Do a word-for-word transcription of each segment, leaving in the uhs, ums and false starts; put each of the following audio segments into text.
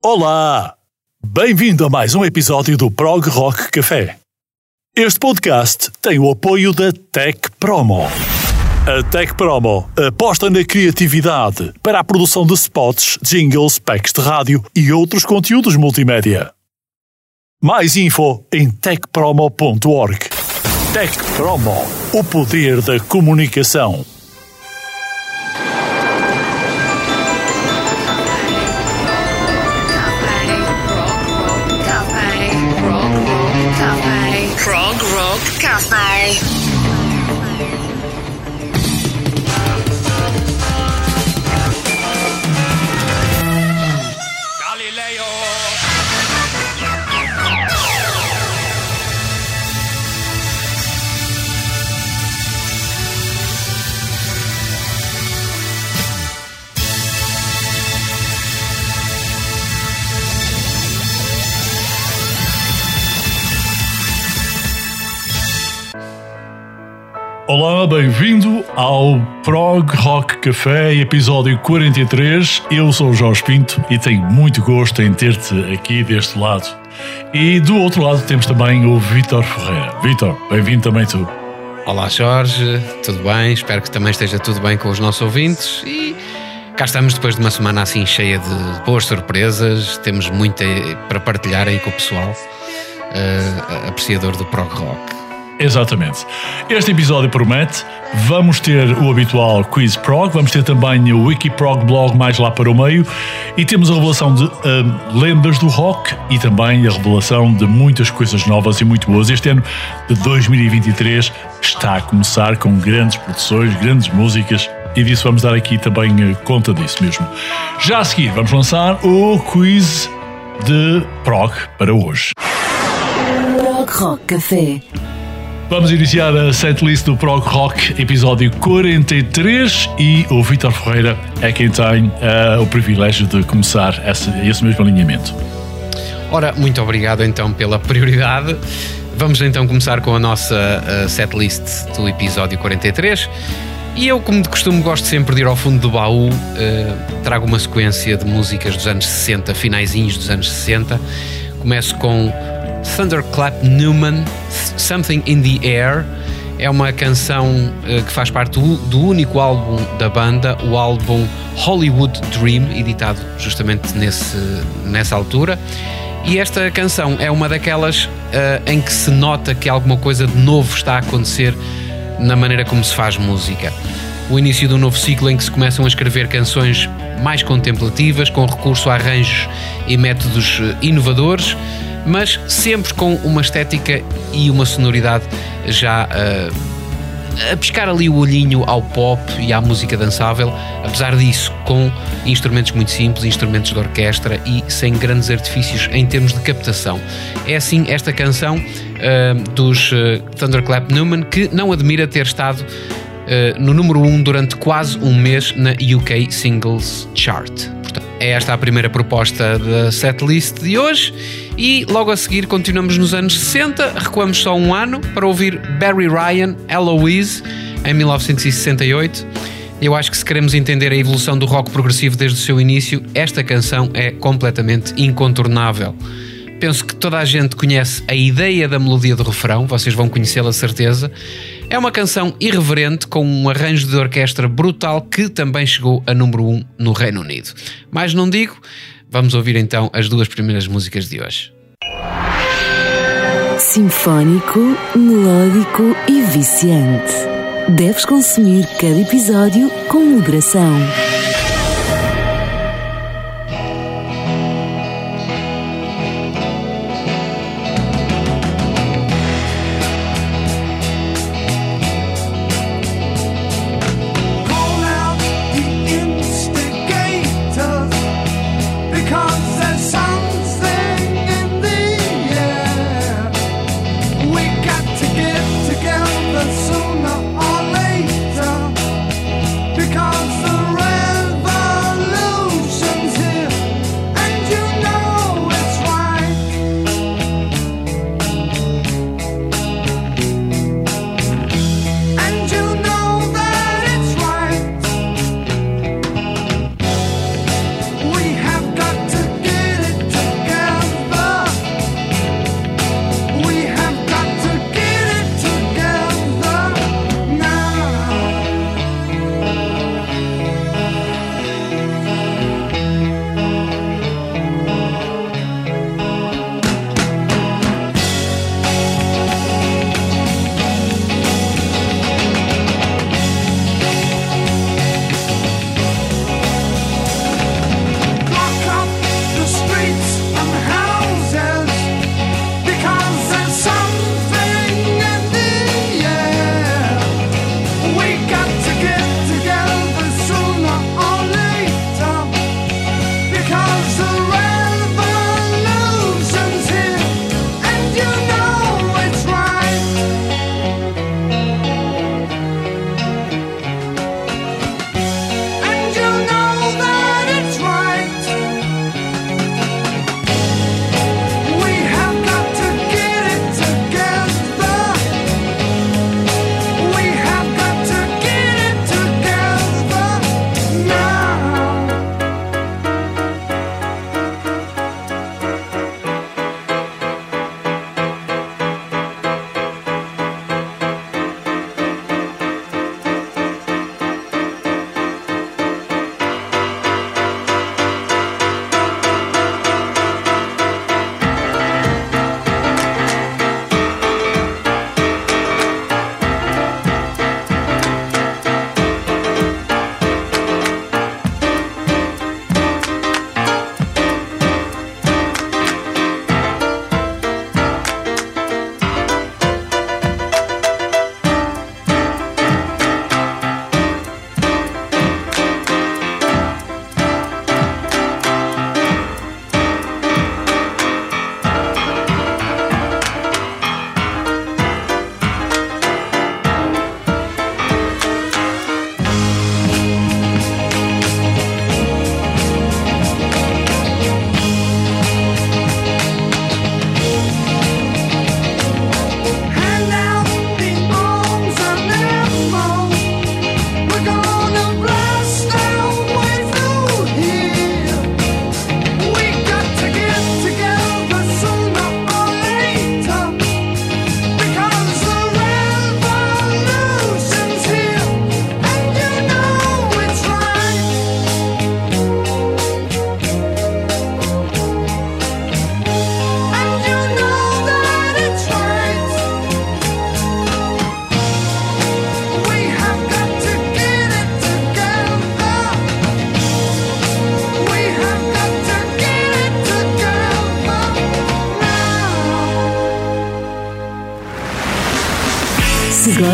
Olá! Bem-vindo a mais um episódio do Prog Rock Café. Este podcast tem o apoio da Tech Promo. A Tech Promo aposta na criatividade para a produção de spots, jingles, packs de rádio e outros conteúdos multimédia. Mais info em tech promo ponto org. Tech Promo, o poder da comunicação. Prog Rock Café. Galileo. Olá, bem-vindo ao Prog Rock Café, episódio quarenta e três. Eu sou o Jorge Pinto e tenho muito gosto em ter-te aqui deste lado. E do outro lado temos também o Vítor Ferreira. Vítor, bem-vindo também tu. Olá Jorge, tudo bem? Espero que também esteja tudo bem com os nossos ouvintes. E cá estamos depois de uma semana assim cheia de boas surpresas. Temos muito para partilhar aí com o pessoal uh, apreciador do Prog Rock. Exatamente. Este episódio promete. Vamos ter o habitual Quiz Prog, vamos ter também o Wikiprog Blog mais lá para o meio e temos a revelação de uh, lendas do rock e também a revelação de muitas coisas novas e muito boas. Este ano de dois mil e vinte e três está a começar com grandes produções, grandes músicas e disso vamos dar aqui também conta disso mesmo. Já a seguir vamos lançar o Quiz de Prog para hoje. Prog Rock Café. Vamos iniciar a setlist do Prog Rock, episódio quarenta e três, e o Vítor Ferreira é quem tem uh, o privilégio de começar esse, esse mesmo alinhamento. Ora, muito obrigado então pela prioridade. Vamos então começar com a nossa uh, setlist do episódio quarenta e três. E eu, como de costume, gosto sempre de ir ao fundo do baú. Uh, trago uma sequência de músicas dos anos sessenta, finaizinhos dos anos sessenta. Começo com Thunderclap Newman, Something in the Air. É uma canção uh, que faz parte do, do único álbum da banda, o álbum Hollywood Dream, editado justamente nesse, nessa altura. E esta canção é uma daquelas uh, em que se nota que alguma coisa de novo está a acontecer na maneira como se faz música. O início de um novo ciclo em que se começam a escrever canções mais contemplativas, com recurso a arranjos e métodos uh, inovadores, mas sempre com uma estética e uma sonoridade já uh, a pescar ali o olhinho ao pop e à música dançável, apesar disso com instrumentos muito simples, instrumentos de orquestra e sem grandes artifícios em termos de captação. É assim esta canção uh, dos uh, Thunderclap Newman, que não admira ter estado uh, no número um durante quase um mês na U K Singles Chart. Portanto, é esta a primeira proposta da setlist de hoje. E logo a seguir continuamos nos anos sessenta, recuamos só um ano para ouvir Barry Ryan, Eloise, em mil novecentos e sessenta e oito. Eu acho que se queremos entender a evolução do rock progressivo desde o seu início, esta canção é completamente incontornável. Penso que toda a gente conhece a ideia da melodia do refrão, vocês vão conhecê-la de certeza. É uma canção irreverente com um arranjo de orquestra brutal que também chegou a número um no Reino Unido. Mais não digo. Vamos ouvir então as duas primeiras músicas de hoje. Sinfónico, melódico e viciante. Deves consumir cada episódio com moderação. Sooner or later, because the rain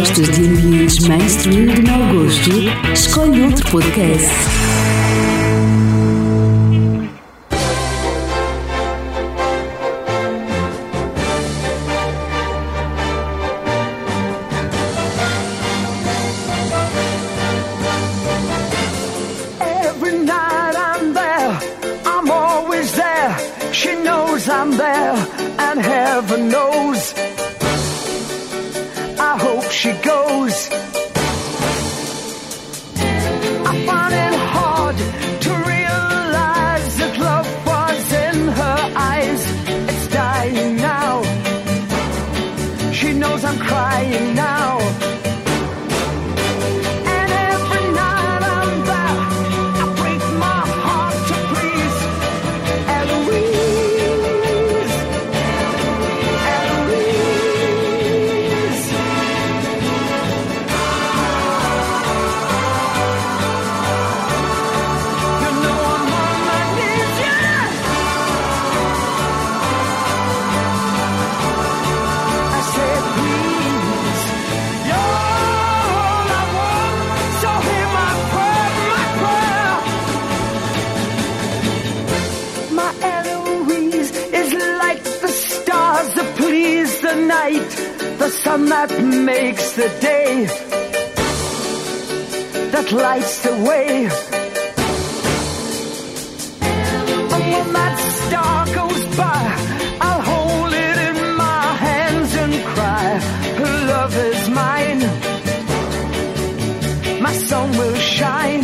gostas de ambientes mainstream de mau gosto? Escolhe outro podcast. I'm there, and heaven knows I hope she goes. I find it hard to realize that love was in her eyes. It's dying now. She knows I'm crying now. And every night I'm there, I break my heart to please Eloise. The night, the sun that makes the day, that lights the way. And when that star goes by, I'll hold it in my hands and cry, her love is mine, my sun will shine.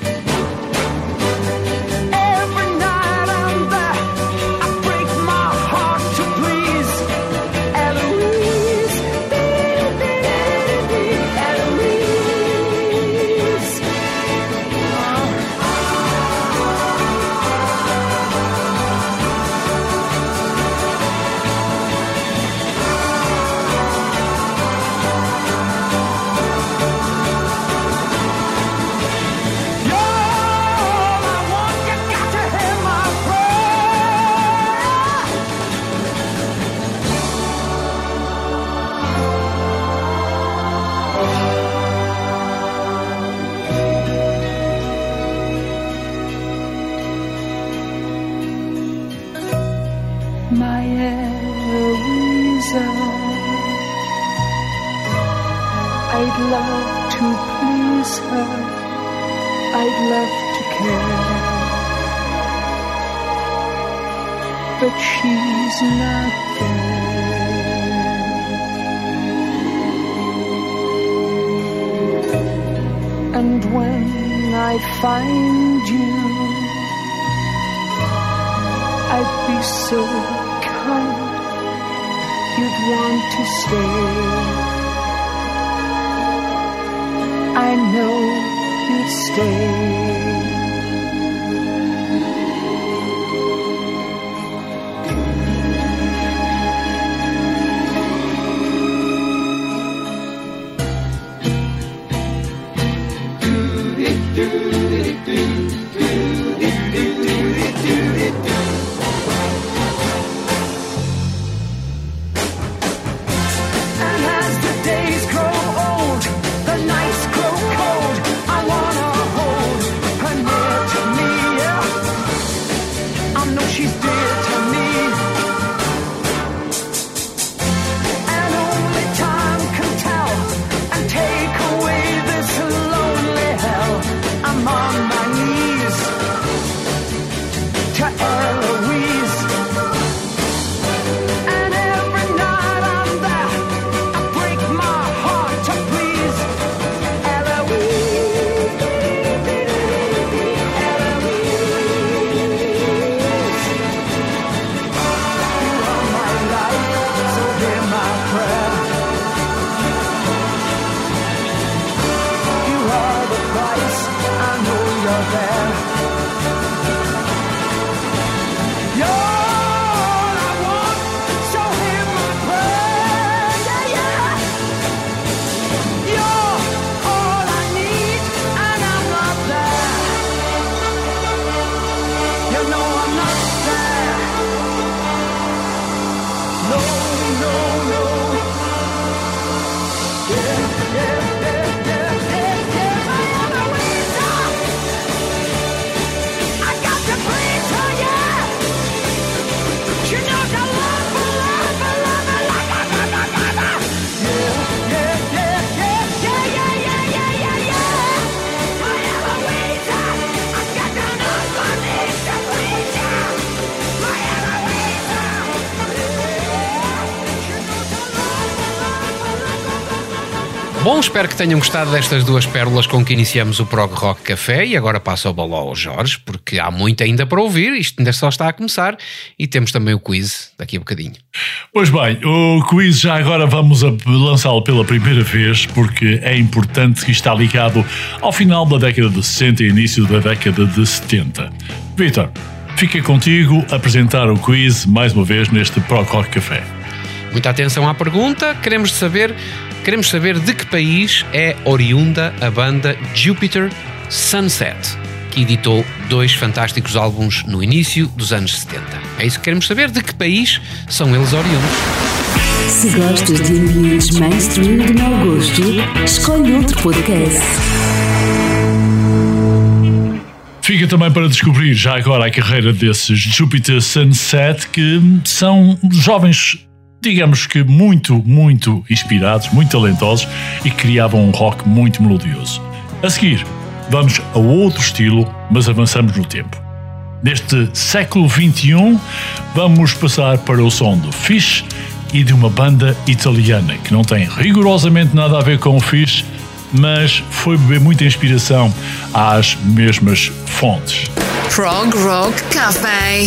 My Eloisa, I'd love to please her, I'd love to care, but she's not there. And when I find you, I'd be so kind, you'd want to stay. I know you'd stay. Bom, espero que tenham gostado destas duas pérolas com que iniciamos o Prog Rock Café e agora passo a bola ao Jorge, porque há muito ainda para ouvir, isto ainda só está a começar e temos também o quiz daqui a bocadinho. Pois bem, o quiz já agora vamos a lançá-lo pela primeira vez, porque é importante que está ligado ao final da década de sessenta e início da década de setenta. Vítor, fica contigo apresentar o quiz mais uma vez neste Prog Rock Café. Muita atenção à pergunta, queremos saber... Queremos saber de que país é oriunda a banda Jupiter Sunset, que editou dois fantásticos álbuns no início dos anos setenta. É isso que queremos saber, de que país são eles oriundos. Se gostas de ambientes mainstream de mau gosto, escolhe outro podcast. Fica também para descobrir já agora a carreira desses Jupiter Sunset, que são jovens, digamos que muito, muito inspirados, muito talentosos e que criavam um rock muito melodioso. A seguir, vamos a outro estilo, mas avançamos no tempo. Neste século vinte e um, vamos passar para o som do Fish e de uma banda italiana que não tem rigorosamente nada a ver com o Fish, mas foi beber muita inspiração às mesmas fontes. Prog Rock Café.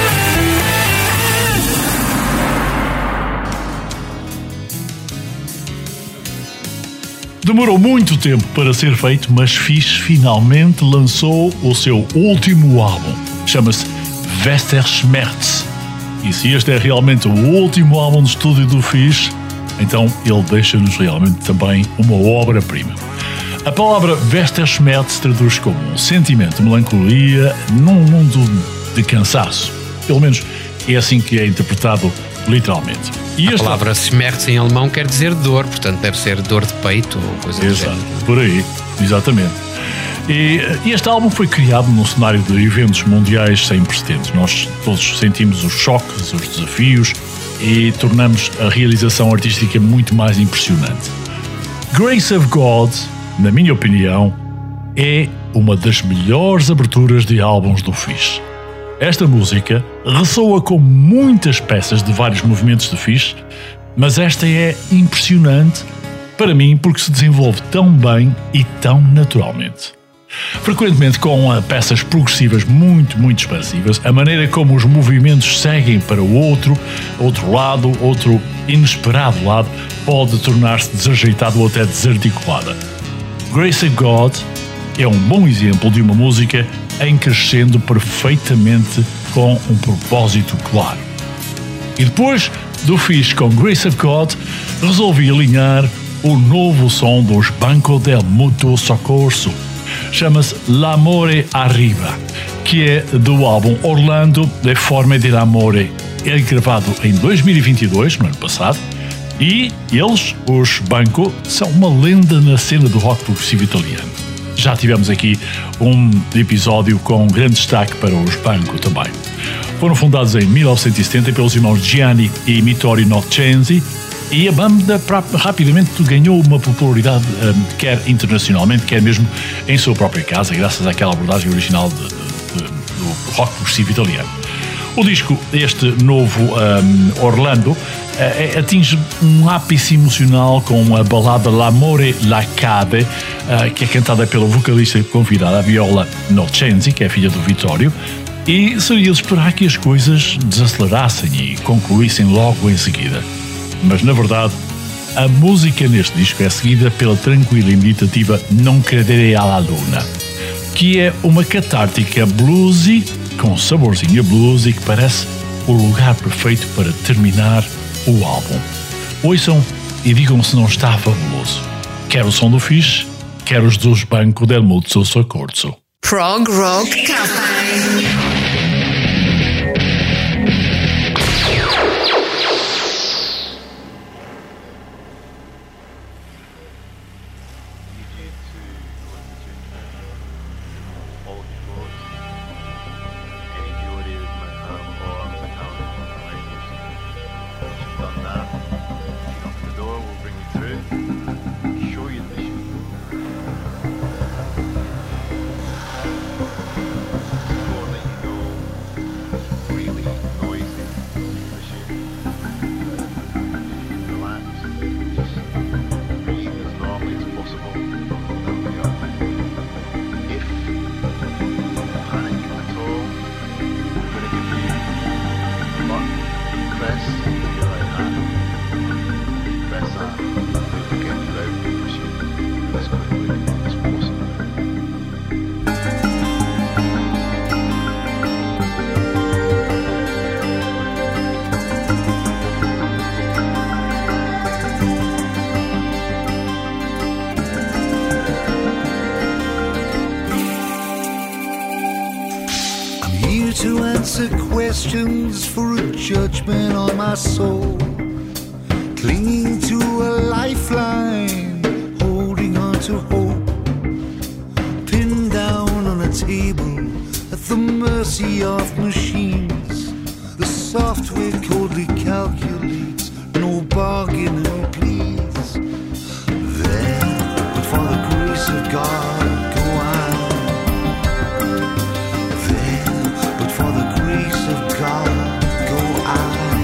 Demorou muito tempo para ser feito, mas Fish finalmente lançou o seu último álbum. Chama-se Westerschmerz. E se este é realmente o último álbum de estúdio do Fish, então ele deixa-nos realmente também uma obra-prima. A palavra Westerschmerz traduz como um sentimento de melancolia num mundo de cansaço. Pelo menos é assim que é interpretado literalmente. E a palavra Schmerz em alemão quer dizer dor, portanto deve ser dor de peito ou coisa do Exato, género. por aí, exatamente. E este álbum foi criado num cenário de eventos mundiais sem precedentes. Nós todos sentimos os choques, os desafios e tornamos a realização artística muito mais impressionante. Grace of God, na minha opinião, é uma das melhores aberturas de álbuns do Fish. Esta música ressoa com muitas peças de vários movimentos de Fish, mas esta é impressionante para mim porque se desenvolve tão bem e tão naturalmente. Frequentemente com peças progressivas muito, muito expansivas, a maneira como os movimentos seguem para o outro, outro lado, outro inesperado lado, pode tornar-se desajeitado ou até desarticulada. Grace of God é um bom exemplo de uma música em crescendo perfeitamente com um propósito claro. E depois do Fish com Grace of God, resolvi alinhar o novo som dos Banco del Mutuo Soccorso. Chama-se L'Amore Arriva, que é do álbum Orlando Le Forme dell'Amore. É gravado em dois mil e vinte e dois, no ano passado, e eles, os Banco, são uma lenda na cena do rock progressivo italiano. Já tivemos aqui um episódio com grande destaque para os Banco também. Foram fundados em mil novecentos e setenta pelos irmãos Gianni e Vittorio Nocenzi e a banda rapidamente ganhou uma popularidade quer internacionalmente, quer mesmo em sua própria casa, graças àquela abordagem original de, de, de, do rock progressivo italiano. O disco, este novo um, Orlando, Uh, atinge um ápice emocional com a balada L'Amore La Cade, uh, que é cantada pela vocalista convidada, a Viola Nocenzi, que é a filha do Vittorio, e seria de esperar que as coisas desacelerassem e concluíssem logo em seguida. Mas, na verdade, a música neste disco é seguida pela tranquila e meditativa Non Credere alla Luna, que é uma catártica bluesy, com saborzinho bluesy, que parece o lugar perfeito para terminar o álbum. Ouçam e digam se não está fabuloso. Quer o som do Fish, quer os dos Banco del Mutuo Soccorso. Prog Rock Café. Before I let you go, answer questions for a judgment on my soul. Clinging to a lifeline, holding on to hope. Pinned down on a table at the mercy of machines. The software coldly calculates, no bargaining please. There, but for the grace of God, go on. There, but for the grace of God, go on.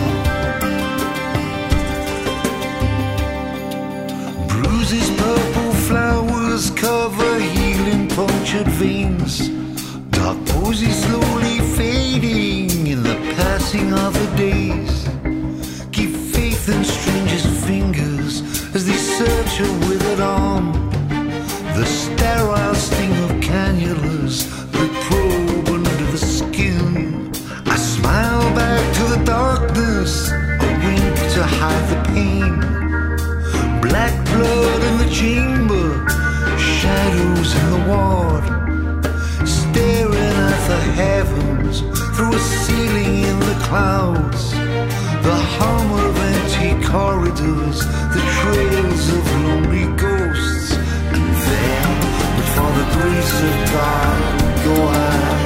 Bruises, purple flowers cover healing punctured veins. Dark posies slowly fading in the passing of the days. Keep faith in strangers' fingers as they search a withered arm. The sterile sting of cannulas that probe under the skin. I smile back to the darkness, a wink to hide the pain. Black blood in the chamber, shadows in the ward. Staring at the heavens through a ceiling in the clouds. The hum of empty corridors, the trails of lonely ghosts. And there, but for the grace of God, go on.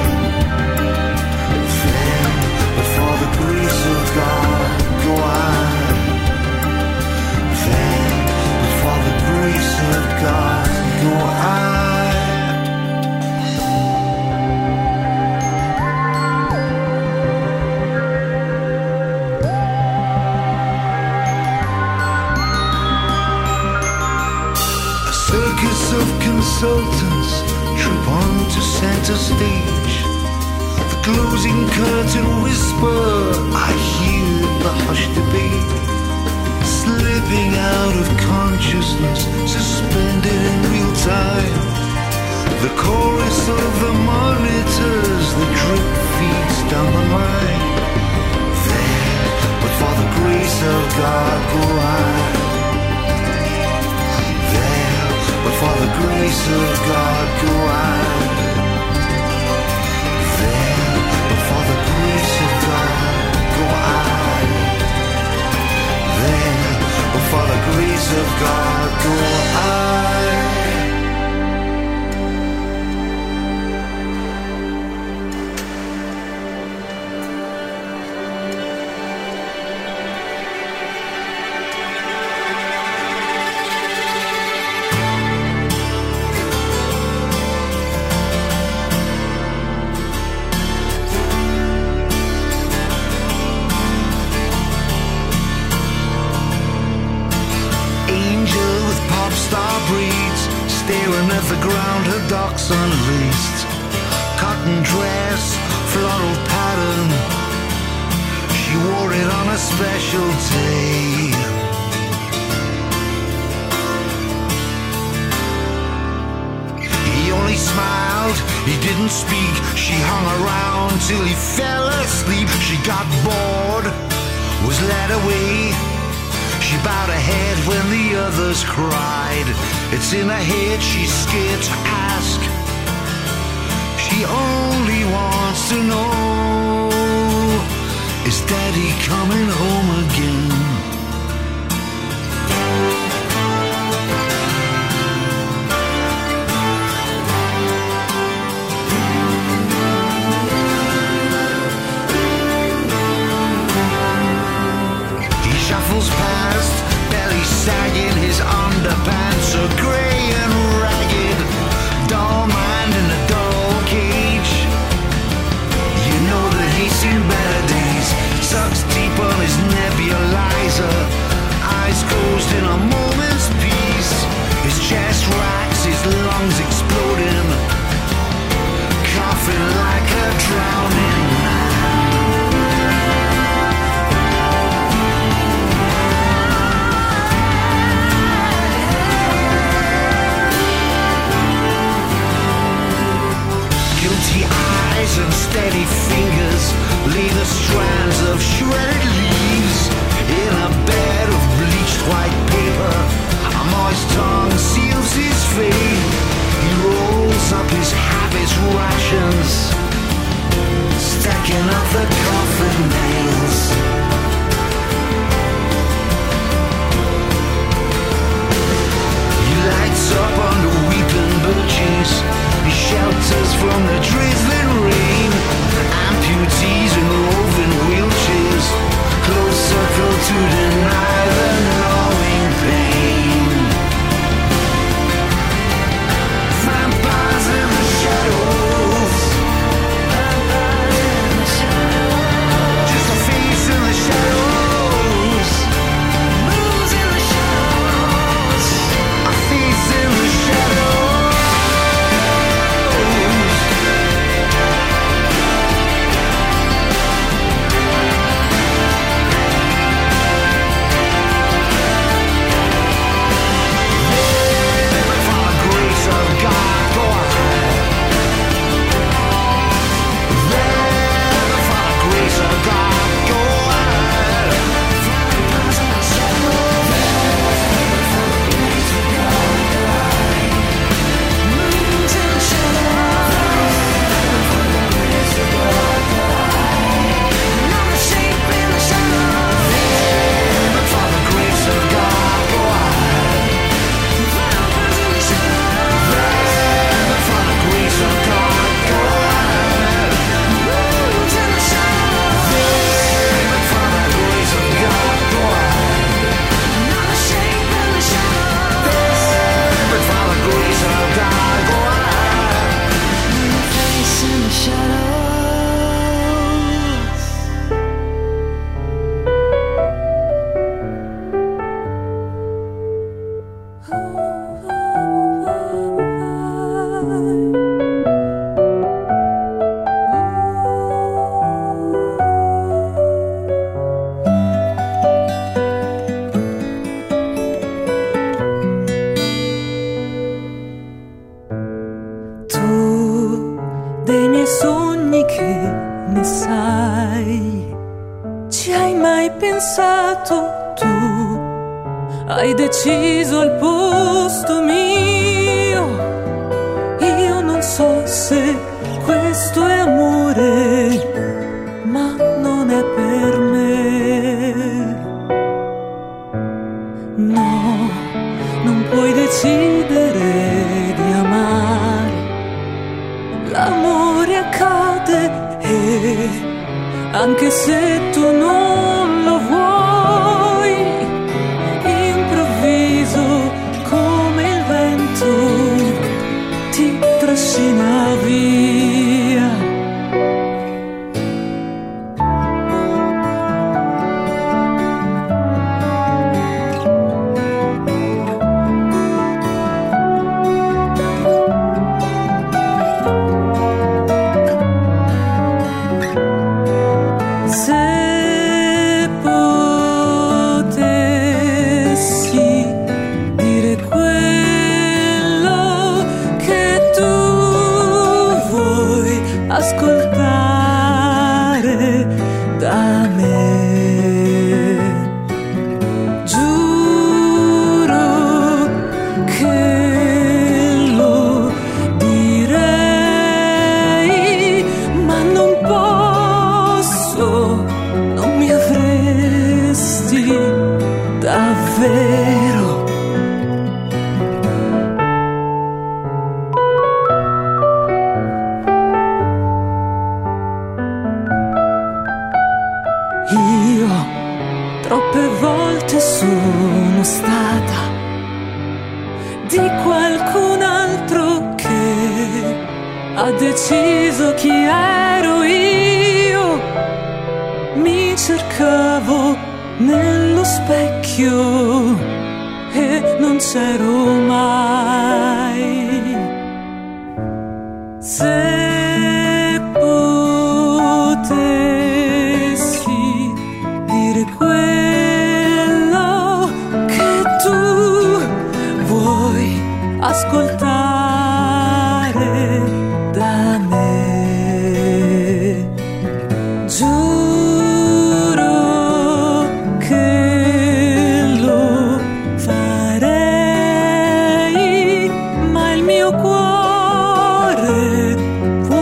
There, but for the grace of God, go on. There, but for the grace of God, go on. Of consultants trip onto center stage. The closing curtain whisper, I hear the hushed debate. Slipping out of consciousness, suspended in real time. The chorus of the monitors, the drip feeds down the line. There, but for the grace of God, go on. But for the grace of God, go on. There, but for the grace of God, go on. There, but for the grace of God, go on. Staring at the ground, her docks unlaced. Cotton dress, floral pattern. She wore it on a special day. He only smiled, he didn't speak. She hung around till he fell asleep. She got bored, was led away. She bowed her head when the others cried. It's in her head, she's scared to ask. She only wants to know, is Daddy coming home again? Shuffles past, belly sagging, his underpants are grey and ragged. Dull mind in a dull cage. You know that he's seen better days. Sucks deep on his nebulizer. Eyes closed in a moment's peace. His chest racks, his lungs exploding. Coughing like a drowning man. And steady fingers lay the strands of shredded leaves in a bed of bleached white paper. A moist tongue seals his fate. He rolls up his habit rations, stacking clicking of the coffin nails. He lights up on the weeping birches. He shelters from the drizzling rain. Amputees and roving wheelchairs, close circle to deny the knowing pain. Vampires in the shadows, vampires in the shadows, just a face in the shadows, moves in the shadows, a face in the shadows. Deciso al posto mio, io non so se questo è amore, ma non è per me. No, non puoi decidere di amare, l'amore accade e anche se tu non lo vuoi, come il vento ti trascina via. Se potessi dire quello che tu vuoi ascoltare da me, giuro che lo direi, ma non posso, non mi avresti davvero. Io troppe volte sono stata di qualcun altro che ha deciso chi ero io. Mi cercavo nello specchio e non c'ero mai. Se potessi dire quello che tu vuoi ascoltare da me, giuro che lo farei, ma il mio cuore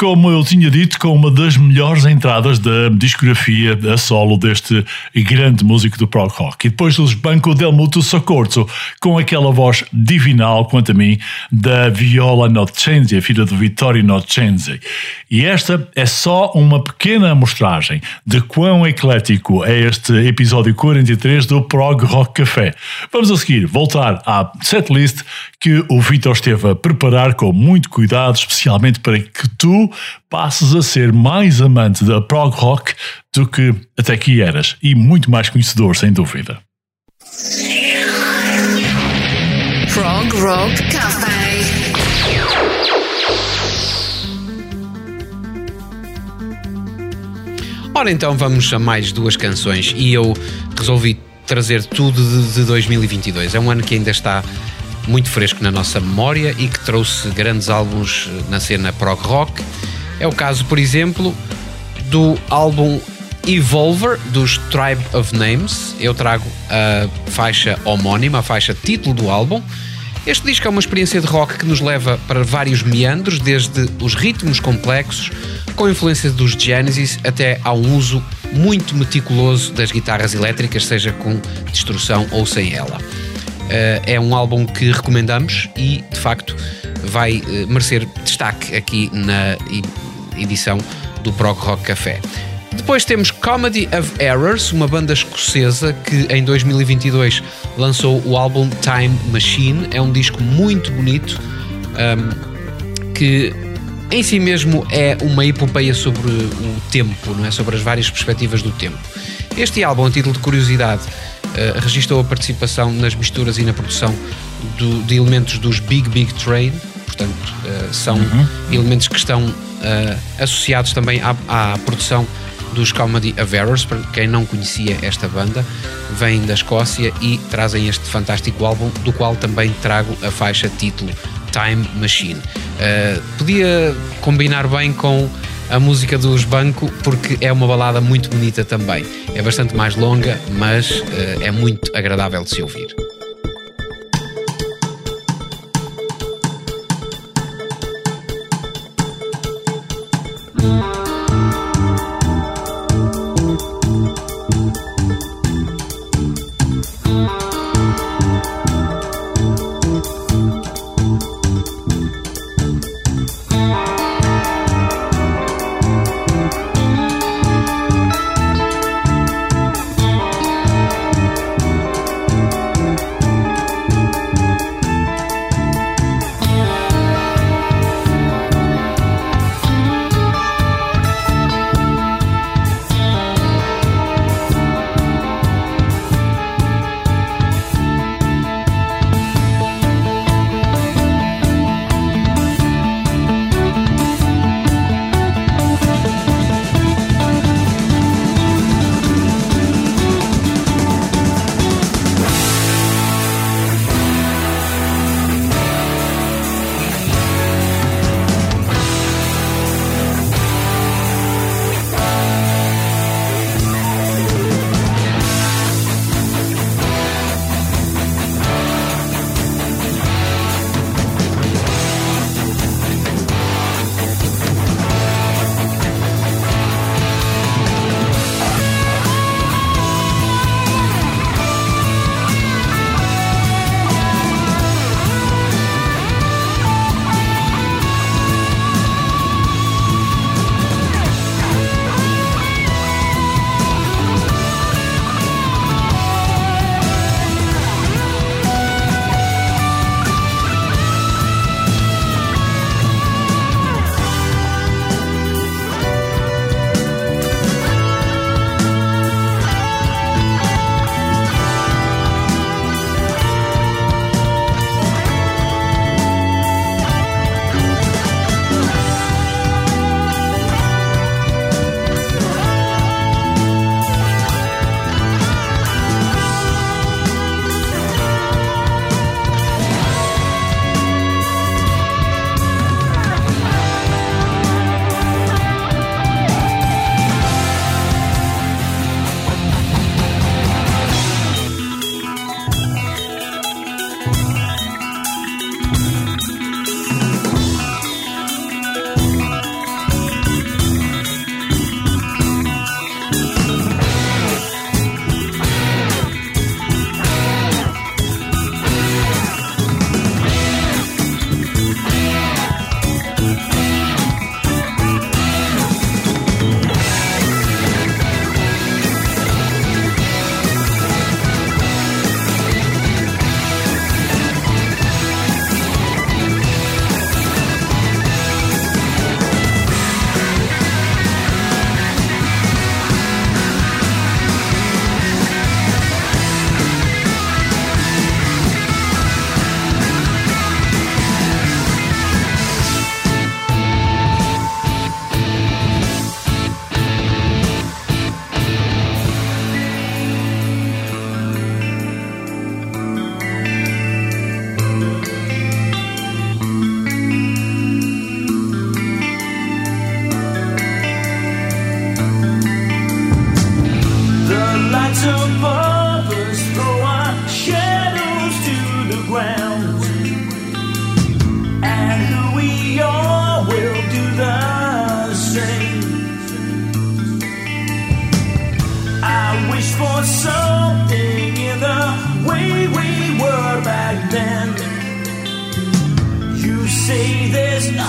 como eu tinha dito, com uma das melhores entradas da discografia a solo deste grande músico do prog rock. E depois os Banco del Mutuo Soccorso, com aquela voz divinal, quanto a mim, da Viola Nocenzi, a filha do Vittorio Nocenzi. E esta é só uma pequena amostragem de quão eclético é este episódio quarenta e três do Prog Rock Café. Vamos a seguir voltar à setlist que o Vitor esteve a preparar com muito cuidado, especialmente para que tu passes a ser mais amante da prog rock do que até aqui eras, e muito mais conhecedor, sem dúvida. Prog Rock Café. Ora, então vamos a mais duas canções e eu resolvi trazer tudo de, de dois mil e vinte e dois. É um ano que ainda está muito fresco na nossa memória e que trouxe grandes álbuns na cena prog rock. É o caso, por exemplo, do álbum Evolver, dos Tribe of Names. Eu trago a faixa homónima, a faixa título do álbum. Este disco é uma experiência de rock que nos leva para vários meandros, desde os ritmos complexos, com influência dos Genesis, até ao uso muito meticuloso das guitarras elétricas, seja com distorção ou sem ela. É um álbum que recomendamos e, de facto, vai merecer destaque aqui na edição do Prog Rock Café. Depois temos Comedy of Errors, uma banda escocesa que em dois mil e vinte e dois lançou o álbum Time Machine. É um disco muito bonito, um, que em si mesmo é uma epopeia sobre o tempo, não é? Sobre as várias perspectivas do tempo. Este álbum, a título de curiosidade, uh, registou a participação nas misturas e na produção do, de elementos dos Big Big Train. Portanto, uh, são uhum. elementos que estão uh, associados também à, à produção dos Comedy of Errors. Para quem não conhecia esta banda, vêm da Escócia e trazem este fantástico álbum, do qual também trago a faixa título Time Machine. Uh, podia combinar bem com a música dos Banco, porque é uma balada muito bonita também. É bastante mais longa, mas uh, é muito agradável de se ouvir.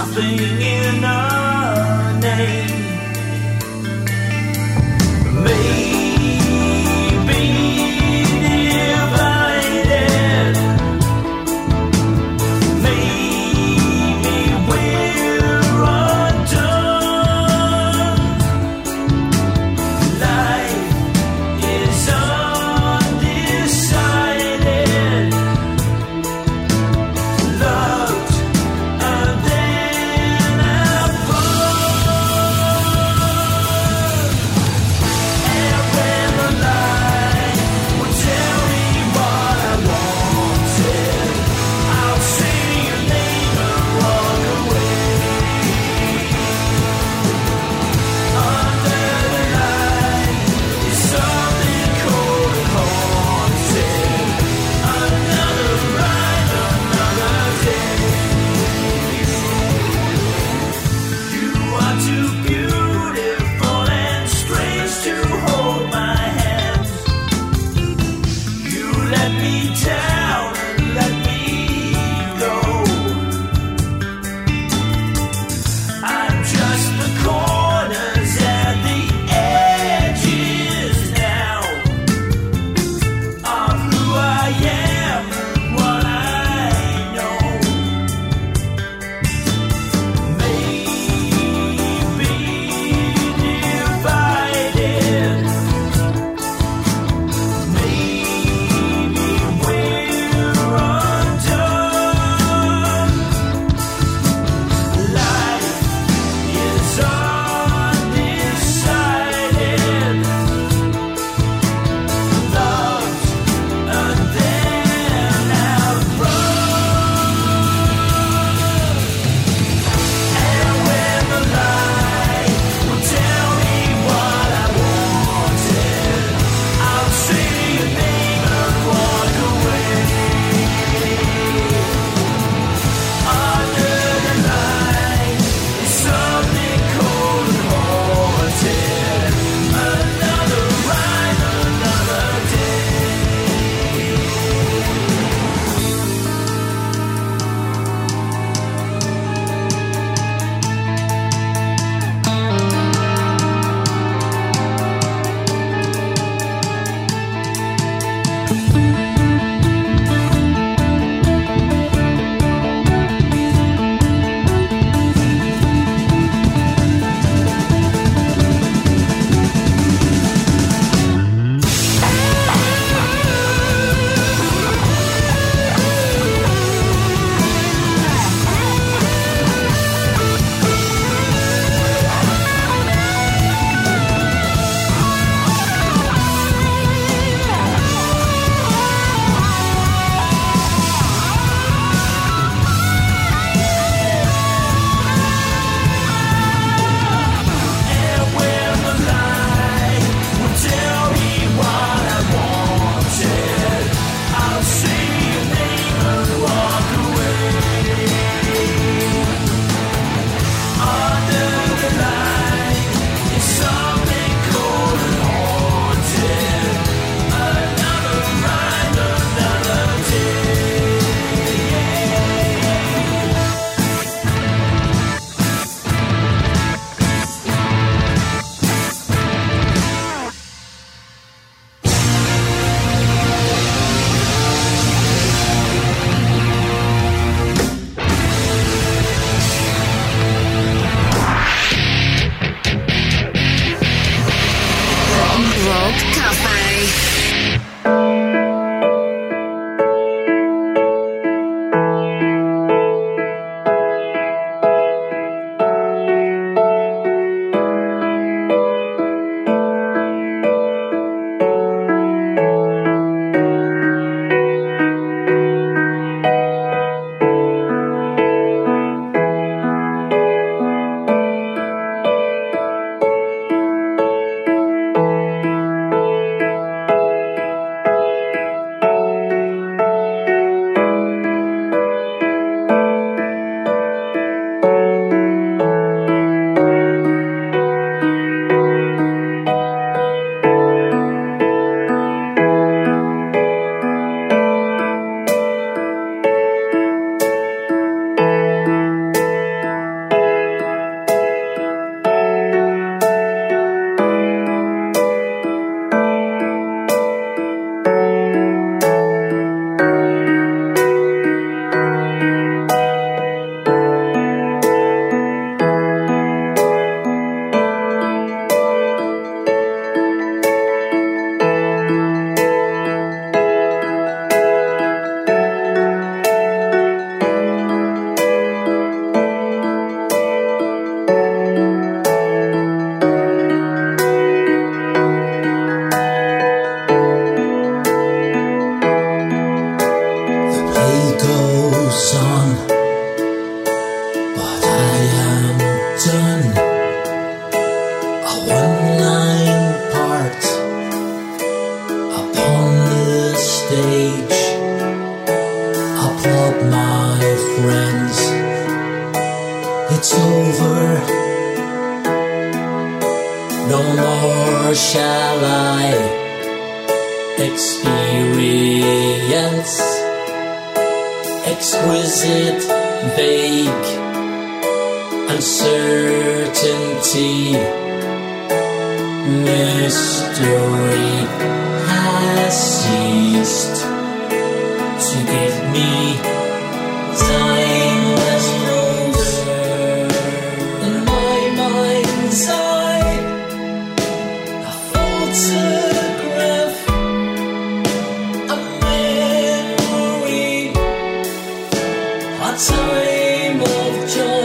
nothing in our name. Maybe divided, maybe we're undone. Life is undecided, loved and then apart. And when the light would tell me what I wanted, I'll say your name and walk away. Under the light is something cold and haunted. Another ride, another day. You are too beautiful and strange to hold my hands. You let me down and let me go. I'm just the corners and the edges now of who I am and what I know. Maybe divided, maybe we're stage. Applaud my friends, it's over. No more shall I experience exquisite, vague uncertainty. Mystery has ceased to give me timeless wonder in my mind's eye. A photograph, a memory, a time of joy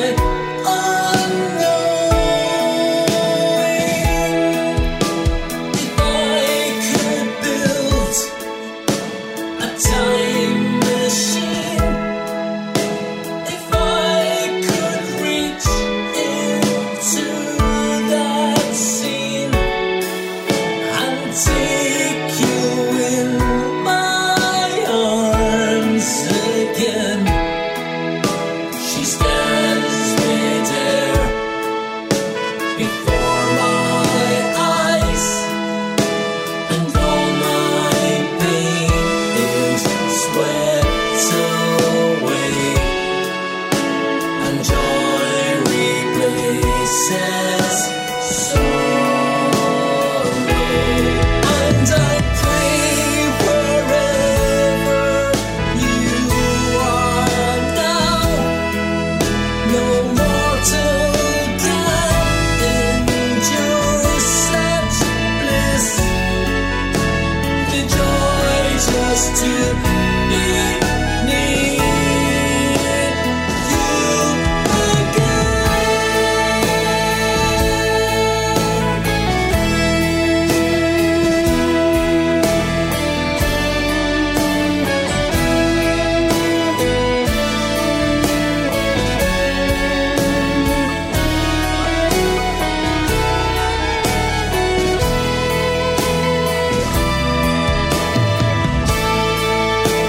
unknowing. If I could build a time machine, if I could reach into that scene and take you in my arms again. She stands mid-air before my eyes, and all my pain is swept away, and joy replaces sorrow. And I pray wherever you are now, no mortal can endure such bliss. The joy just to be near you again.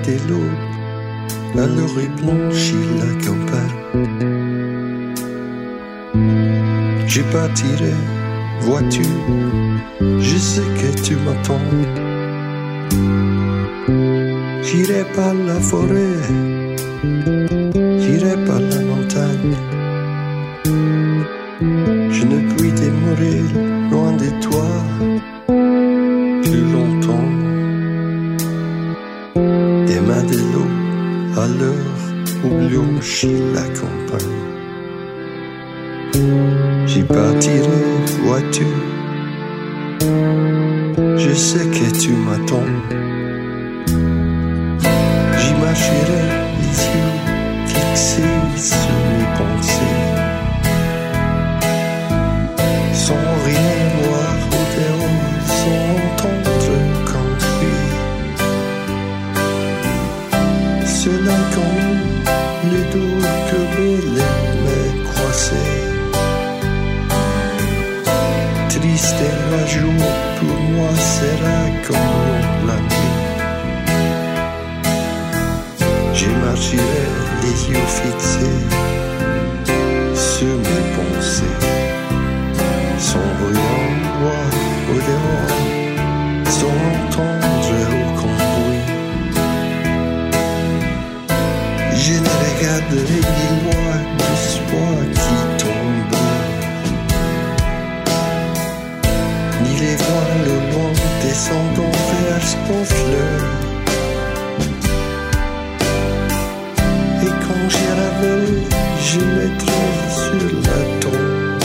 des l'aube, alors est blanchie la campagne. J'ai pas tiré, vois-tu, je sais que tu m'attends. J'irai par la forêt, j'irai par la montagne. Je ne puis demeurer loin de toi plus longtemps. Des mains de l'eau à l'heure où blanchit la campagne. J'y partirai, vois-tu, je sais que tu m'attends. J'y marcherai les yeux fixés sur mes pensées, sans rien voir au dehors, sans entendre aucun bruit. Cela quand le dos courbé, les mains croisées. Triste et la jour pour moi sera comme la nuit. Je marcherai les yeux fixés sur mes pensées, sans rien voir au dehors, sans entendre aucun bruit. Je ne regarderai ni loin du soir qui tombe, ni les voiles au loin descendant vers mon fleuve. Et quand j'y arriverai, je mettrai sur la tombe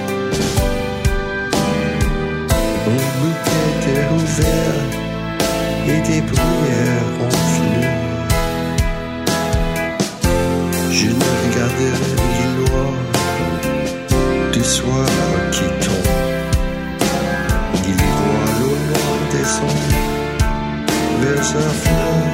un bouquet de roses et des bruyères en fleurs. Je ne regarderai ni loin du soir qui tombe, ni les voiles au loin descendent vers sa fleur.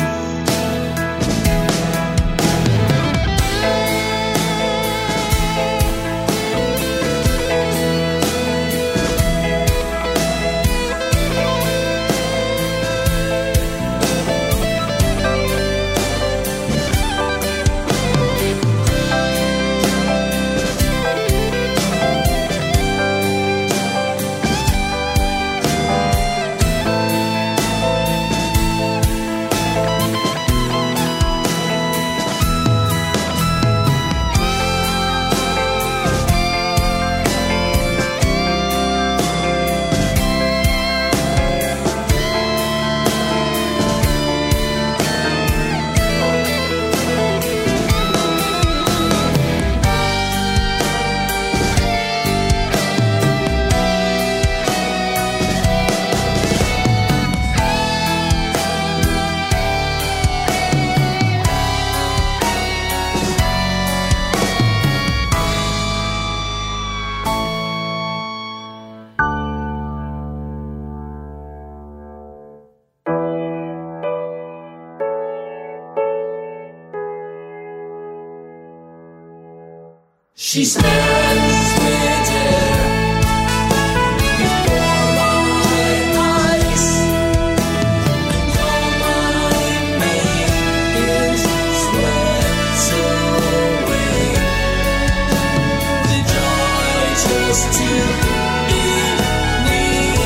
She stands there before my eyes, and all my pain is swept away. The joy just to be near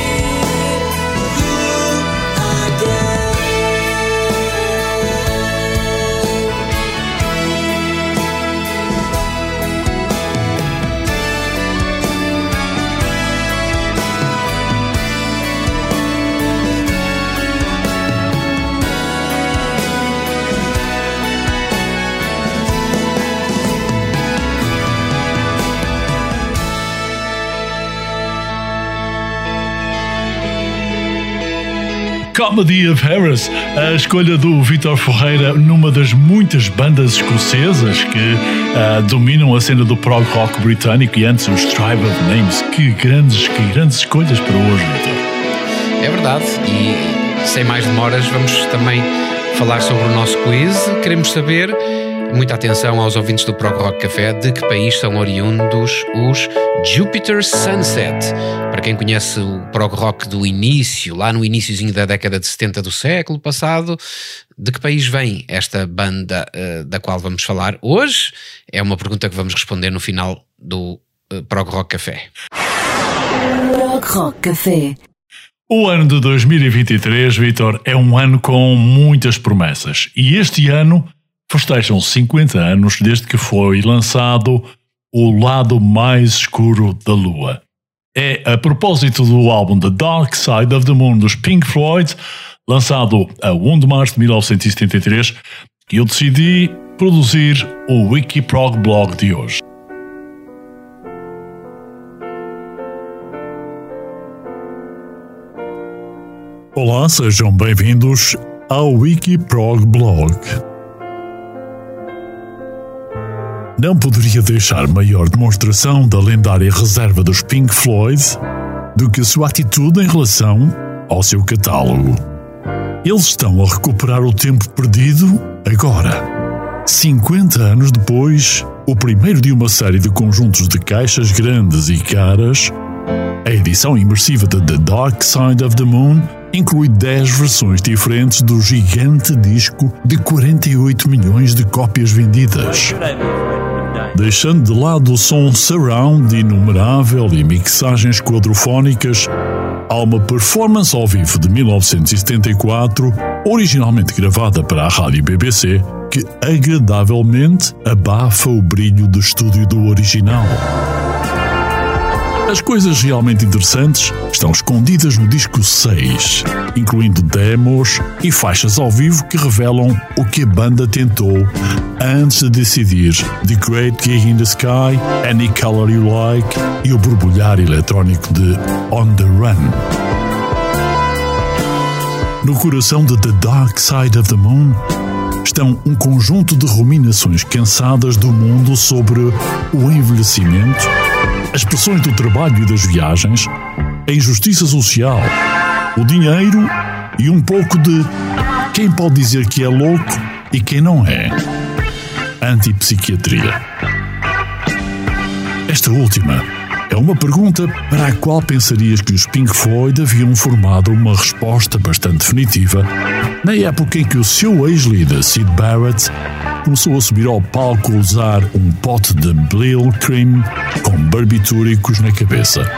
you again. Comedy of Errors, a escolha do Vítor Ferreira numa das muitas bandas escocesas que uh, dominam a cena do prog rock britânico, e antes os Tribe of Names. Que grandes, que grandes escolhas para hoje, Vítor. É verdade, e sem mais demoras vamos também falar sobre o nosso quiz. Queremos saber muita atenção aos ouvintes do Prog Rock Café, de que país são oriundos os Jupiter Sunset. Para quem conhece o Prog Rock do início, lá no iniciozinho da década de setenta do século passado, de que país vem esta banda uh, da qual vamos falar hoje? É uma pergunta que vamos responder no final do uh, Prog Rock Café. Prog Rock Café. O ano de dois mil e vinte e três, Vítor, é um ano com muitas promessas. E este ano festejam cinquenta anos desde que foi lançado O Lado Mais Escuro da Lua. É a propósito do álbum The Dark Side of the Moon dos Pink Floyd, lançado a um de março de mil novecentos e setenta e três, que eu decidi produzir o Wikiprog Blog de hoje. Olá, sejam bem-vindos ao Wikiprog Blog. Não poderia deixar maior demonstração da lendária reserva dos Pink Floyd do que a sua atitude em relação ao seu catálogo. Eles estão a recuperar o tempo perdido agora. cinquenta anos depois, o primeiro de uma série de conjuntos de caixas grandes e caras, a edição imersiva de The Dark Side of the Moon inclui dez versões diferentes do gigante disco de quarenta e oito milhões de cópias vendidas. Deixando de lado o som surround inumerável e mixagens quadrofónicas, há uma performance ao vivo de mil novecentos e setenta e quatro, originalmente gravada para a rádio B B C, que agradavelmente abafa o brilho do estúdio do original. As coisas realmente interessantes estão escondidas no disco seis, incluindo demos e faixas ao vivo que revelam o que a banda tentou antes de decidir The Great Gig in the Sky, Any Color You Like e o borbulhar eletrónico de On the Run. No coração de The Dark Side of the Moon estão um conjunto de ruminações cansadas do mundo sobre o envelhecimento, as pressões do trabalho e das viagens, a injustiça social, o dinheiro e um pouco de quem pode dizer que é louco e quem não é. Antipsiquiatria. Esta última é uma pergunta para a qual pensarias que os Pink Floyd haviam formado uma resposta bastante definitiva na época em que o seu ex-líder Syd Barrett começou a subir ao palco a usar um pote de Blil Cream com barbitúricos na cabeça.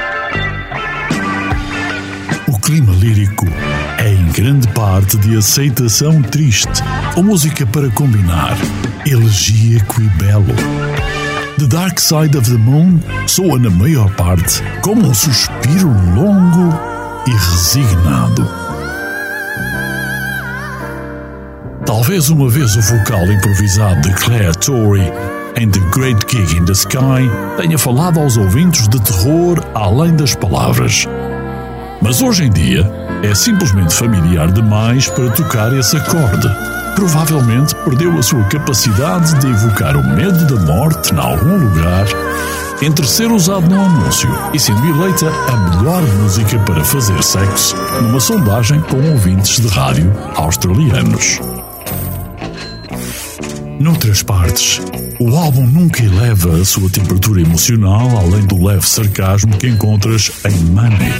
O clima lírico é em grande parte de aceitação triste, ou música para combinar, elegíaco e belo. The Dark Side of the Moon soa na maior parte como um suspiro longo e resignado. Talvez uma vez o vocal improvisado de Claire Torrey em The Great Gig in the Sky tenha falado aos ouvintes de terror além das palavras. Mas hoje em dia é simplesmente familiar demais para tocar esse acorde. Provavelmente perdeu a sua capacidade de evocar o medo da morte em algum lugar entre ser usado no anúncio e sendo eleita a melhor música para fazer sexo numa sondagem com ouvintes de rádio australianos. Noutras partes, o álbum nunca eleva a sua temperatura emocional além do leve sarcasmo que encontras em Money.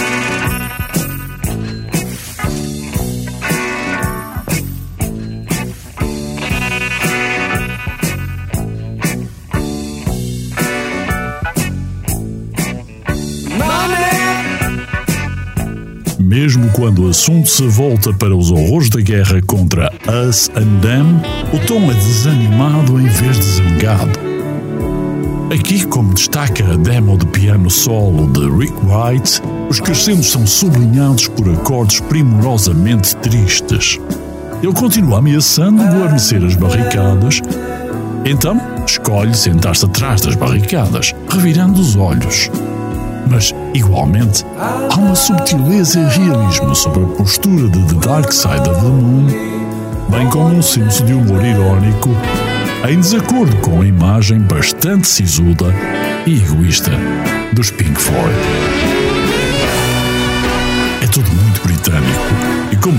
Mesmo quando o assunto se volta para os horrores da guerra contra Us and Them, o tom é desanimado em vez de zangado. Aqui, como destaca a demo de piano solo de Rick White, os crescendos são sublinhados por acordes primorosamente tristes. Ele continua ameaçando guarnecer as barricadas, então escolhe sentar-se atrás das barricadas, revirando os olhos. Mas, igualmente, há uma subtileza e realismo sobre a postura de The Dark Side of the Moon, bem como um senso de humor irónico, em desacordo com a imagem bastante sisuda e egoísta dos Pink Floyd. É tudo muito britânico e, como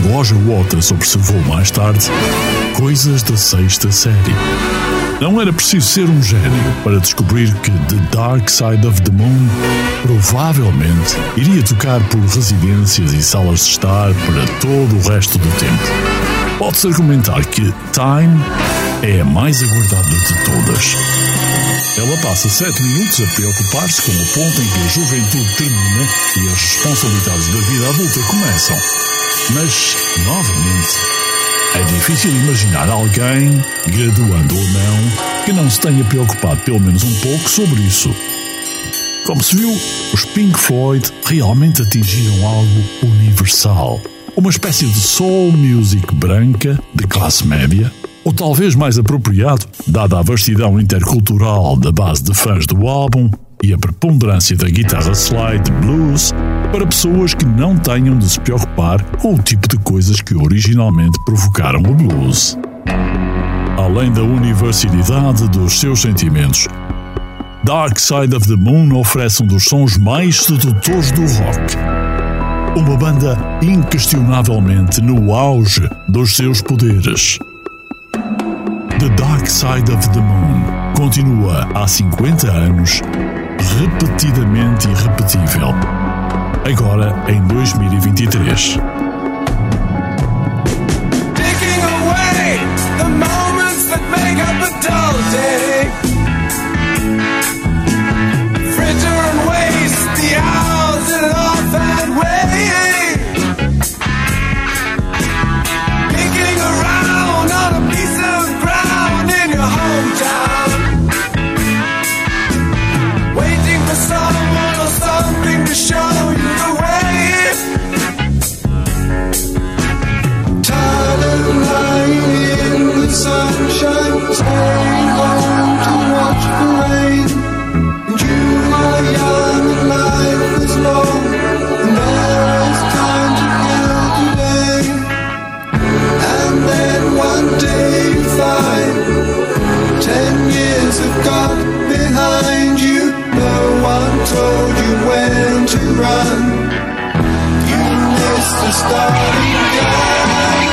Roger Waters observou mais tarde, coisas da sexta série. Não era preciso ser um gênio para descobrir que The Dark Side of the Moon provavelmente iria tocar por residências e salas de estar para todo o resto do tempo. Pode-se argumentar que Time é a mais aguardada de todas. Ela passa sete minutos a preocupar-se com o ponto em que a juventude termina e as responsabilidades da vida adulta começam. Mas, novamente, é difícil imaginar alguém, graduando ou não, que não se tenha preocupado pelo menos um pouco sobre isso. Como se viu, os Pink Floyd realmente atingiram algo universal. Uma espécie de soul music branca, de classe média, ou talvez mais apropriado, dada a vastidão intercultural da base de fãs do álbum e a preponderância da guitarra slide blues, para pessoas que não tenham de se preocupar com o tipo de coisas que originalmente provocaram o blues. Além da universalidade dos seus sentimentos, Dark Side of the Moon oferece um dos sons mais sedutores do rock. Uma banda inquestionavelmente no auge dos seus poderes. The Dark Side of the Moon continua há cinquenta anos, repetidamente irrepetível. Agora em dois mil e vinte e três. Taking away the moments that make up a dull day. Fritter and waste the hours that laugh and wait. Picking around on a piece of ground in your hometown. Waiting for someone or something to show you the way. Tired of lying in the sunshine, staying home to watch the rain. And you are young and life is long, and there is time to kill today. And then one day you find ten years have got behind you. No one told you when to run. You missed the starting gun.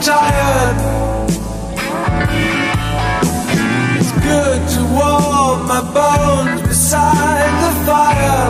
tired. It's good to warm my bones beside the fire.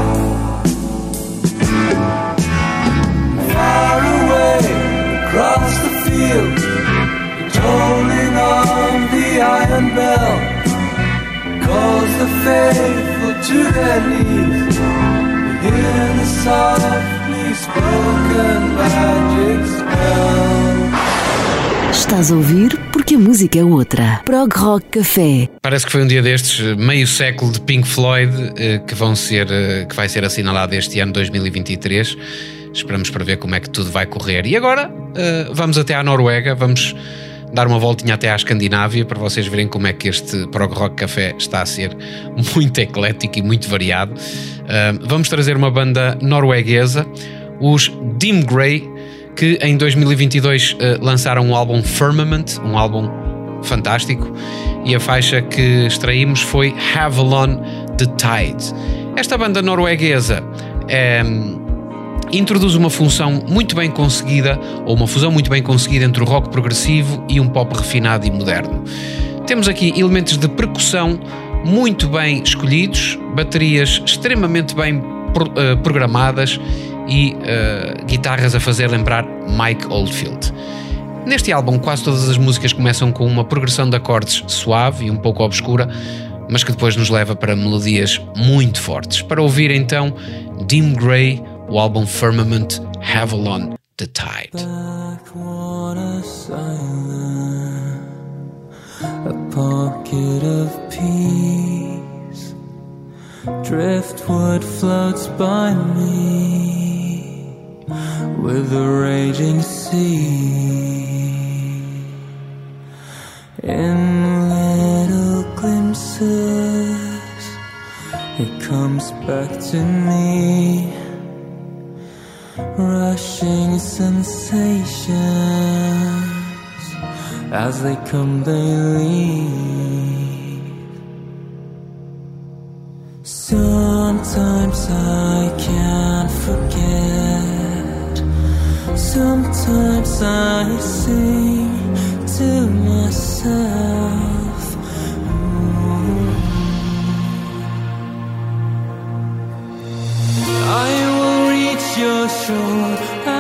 Far away across the field, the tolling of the iron bell calls the faithful to their knees. We hear the softly spoken magic spell. Estás a ouvir porque a música é outra. Prog Rock Café. Parece que foi um dia destes, meio século de Pink Floyd, que, vão ser, que vai ser assinalado este ano dois mil e vinte e três. Esperamos para ver como é que tudo vai correr. E agora vamos até à Noruega, vamos dar uma voltinha até à Escandinávia para vocês verem como é que este Prog Rock Café está a ser muito eclético e muito variado. Vamos trazer uma banda norueguesa, os Dim Grey, que em dois mil e vinte e dois uh, lançaram um álbum Firmament, um álbum fantástico, e a faixa que extraímos foi Avalon the Tide. Esta banda norueguesa é, introduz uma função muito bem conseguida, ou uma fusão muito bem conseguida entre o rock progressivo e um pop refinado e moderno. Temos aqui elementos de percussão muito bem escolhidos, baterias extremamente bem pro, uh, programadas e uh, guitarras a fazer lembrar Mike Oldfield. Neste álbum quase todas as músicas começam com uma progressão de acordes suave e um pouco obscura, mas que depois nos leva para melodias muito fortes. Para ouvir então Dim Grey, o álbum Firmament, Avalon the Tide. A pocket of peace, driftwood floats by me with the raging sea. In little glimpses, it comes back to me, rushing sensations. As they come, they leave. Sometimes I can't forget. Sometimes I sing to myself. Ooh. I will reach your shore.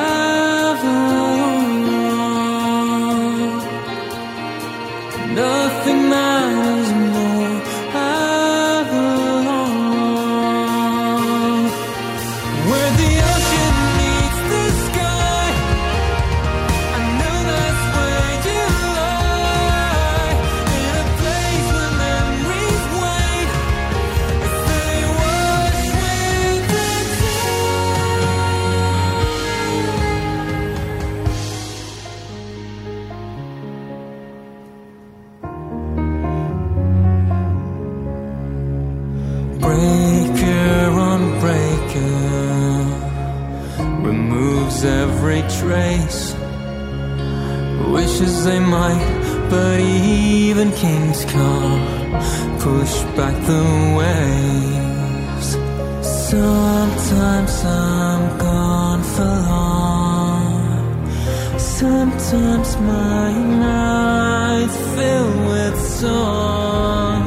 Nothing matters more. Avalon, where the ocean meets the sky. I know that's where you lie, in a place where memories wait as they wash with the breaker on breaker removes every trace. Wishes they might, but even kings can't push back the waves. Sometimes I'm gone for long. Sometimes my nights fill with song.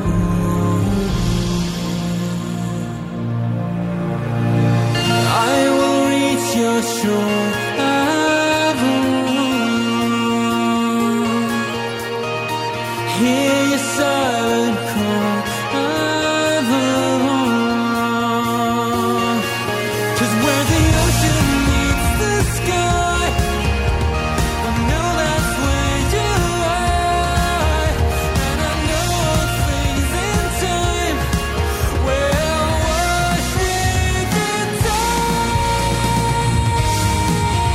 I will reach your shore, Avalon. Hear your silent call, Avalon. 'Cause where the ocean meets the sky, I know that's where you lie. And I know all things in time will wash with the tide.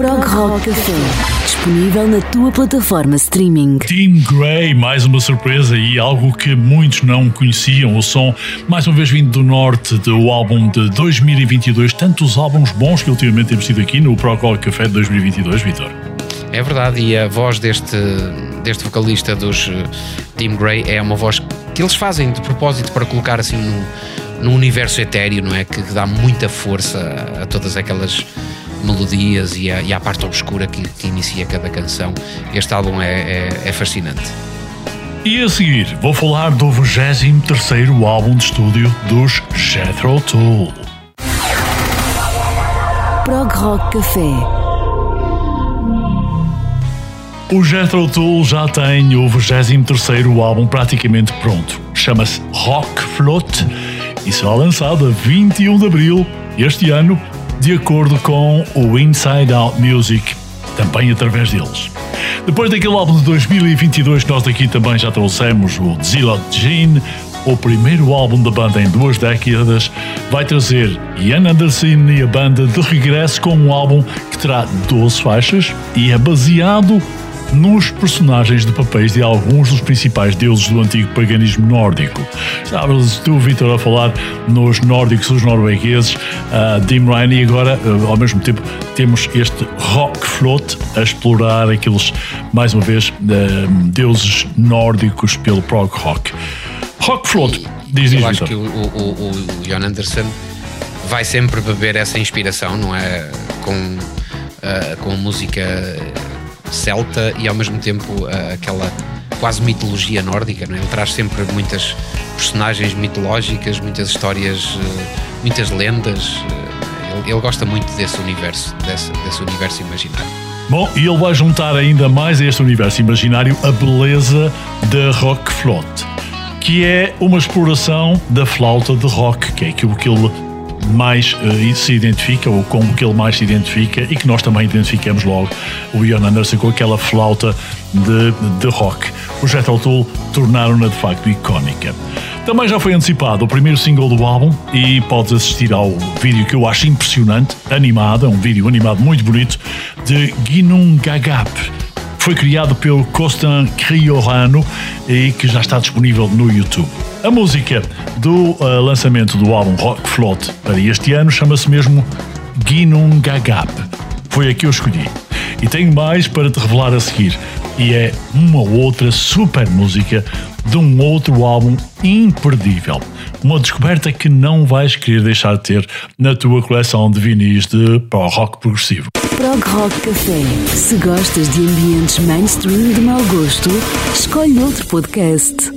Prog Rock Café, disponível na tua plataforma streaming. Tim Gray, mais uma surpresa e algo que muitos não conheciam. O som, mais uma vez vindo do norte, do álbum de dois mil e vinte e dois. Tantos álbuns bons que ultimamente temos tido aqui no Prog Rock Café de dois mil e vinte e dois, Vitor. É verdade, e a voz deste, deste vocalista dos uh, Tim Gray é uma voz que eles fazem de propósito para colocar assim num, num universo etéreo, não é? Que dá muita força a, a todas aquelas melodias e, a, e à parte obscura que, que inicia cada canção. Este álbum é, é, é fascinante. E a seguir vou falar do vigésimo terceiro álbum de estúdio dos Jethro Tull. Prog Rock Café. O Jethro Tull já tem o vigésimo terceiro álbum praticamente pronto. Chama-se Rock Float e será lançado a vinte e um de abril este ano, de acordo com o Inside Out Music, também através deles. Depois daquele álbum de dois mil e vinte e dois, nós daqui também já trouxemos o Zilot Gene, o primeiro álbum da banda em duas décadas, vai trazer Ian Anderson e a banda de regresso com um álbum que terá doze faixas e é baseado nos personagens de papéis de alguns dos principais deuses do antigo paganismo nórdico. Sabes tu, Vitor, a falar nos nórdicos, os noruegueses, uh, Dim Ryan, e agora, uh, ao mesmo tempo, temos este Rock Float a explorar aqueles, mais uma vez, uh, deuses nórdicos pelo prog rock. Rock Float, e, diz Eu isso, acho Vitor. que o, o, o Jon Anderson vai sempre beber essa inspiração, não é? Com, uh, com música celta e ao mesmo tempo uh, aquela quase mitologia nórdica, não é? Ele traz sempre muitas personagens mitológicas, muitas histórias, uh, muitas lendas. Uh, ele, ele gosta muito desse universo, desse, desse universo imaginário. Bom, e ele vai juntar ainda mais a este universo imaginário a beleza da Rock Float, que é uma exploração da flauta de rock, que é aquilo que ele mais uh, se identifica, ou como que ele mais se identifica, e que nós também identificamos logo o Ian Anderson com aquela flauta de, de rock. Os Jethro Tull tornaram-na de facto icónica. Também já foi antecipado o primeiro single do álbum e podes assistir ao vídeo que eu acho impressionante, animado, é um vídeo animado muito bonito, de Ginnungagap. Foi criado pelo Kostan Kriorano e que já está disponível no YouTube. A música do uh, lançamento do álbum Rock Float para este ano chama-se mesmo Ginnungagap. Foi a que eu escolhi. E tenho mais para te revelar a seguir. E é uma outra super música de um outro álbum imperdível. Uma descoberta que não vais querer deixar de ter na tua coleção de vinis de prog rock progressivo. Prog Rock Café. Se gostas de ambientes mainstream de mau gosto, escolhe outro podcast.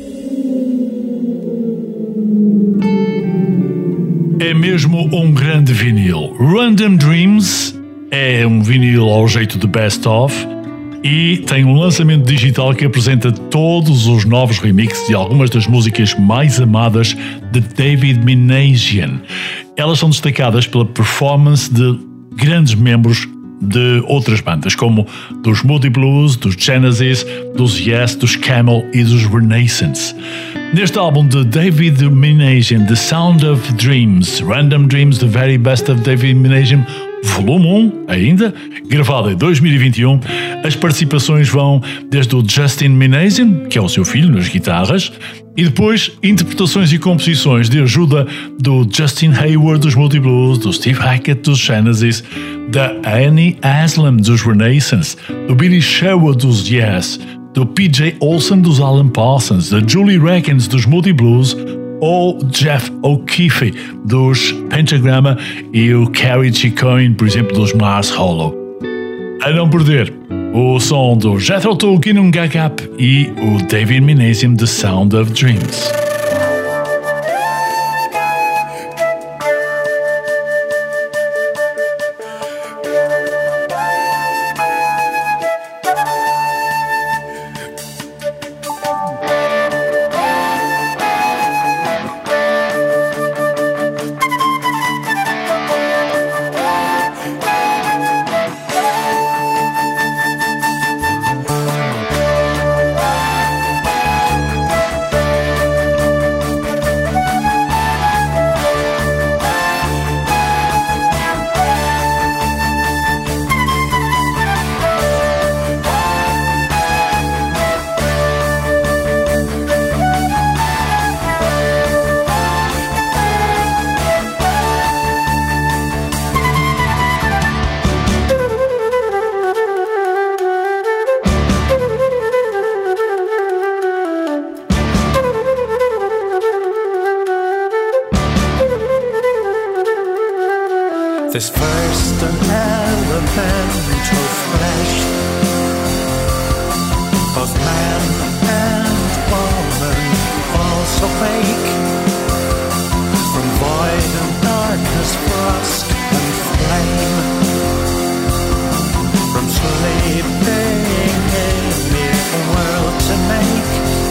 É mesmo um grande vinil. Random Dreams é um vinil ao jeito de Best Of e tem um lançamento digital que apresenta todos os novos remixes de algumas das músicas mais amadas de David Minasian. Elas são destacadas pela performance de grandes membros de outras bandas, como dos Moody Blues, dos Genesis, dos Yes, dos Camel e dos Renaissance. Neste álbum de David Minasian, The Sound of Dreams, Random Dreams, The Very Best of David Minasian, volume um, ainda, gravado em dois mil e vinte e um, as participações vão desde o Justin Minasian, que é o seu filho, nas guitarras, e depois interpretações e composições de ajuda do Justin Hayward dos Moody Blues, do Steve Hackett dos Genesis, da Annie Aslam dos Renaissance, do Billy Sherwood dos Yes, do P J Olsen dos Alan Parsons, da Julie Reckens dos Moody Blues, ou Jeff O'Keefe dos Pentagrama e o Kerry Chicoine, por exemplo, dos Mars Hollow. A não perder o som do Jethro Tull, Ginnungagap e o David Minasian, The Sound of Dreams. This first and elemental flesh of man and woman falls awake from void and darkness, frost and flame, from sleeping in the world to make.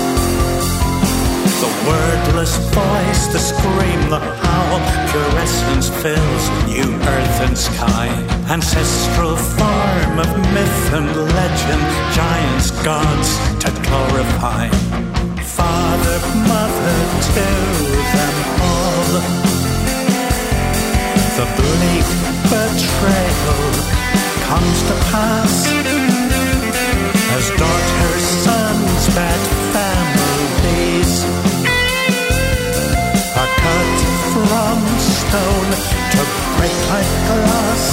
The wordless voice, the scream, the howl, pure essence fills new earth and sky. Ancestral form of myth and legend, giants, gods to glorify. Father, mother to them all. The bleak betrayal comes to pass as daughters, sons, bad families are cut from stone to break like glass.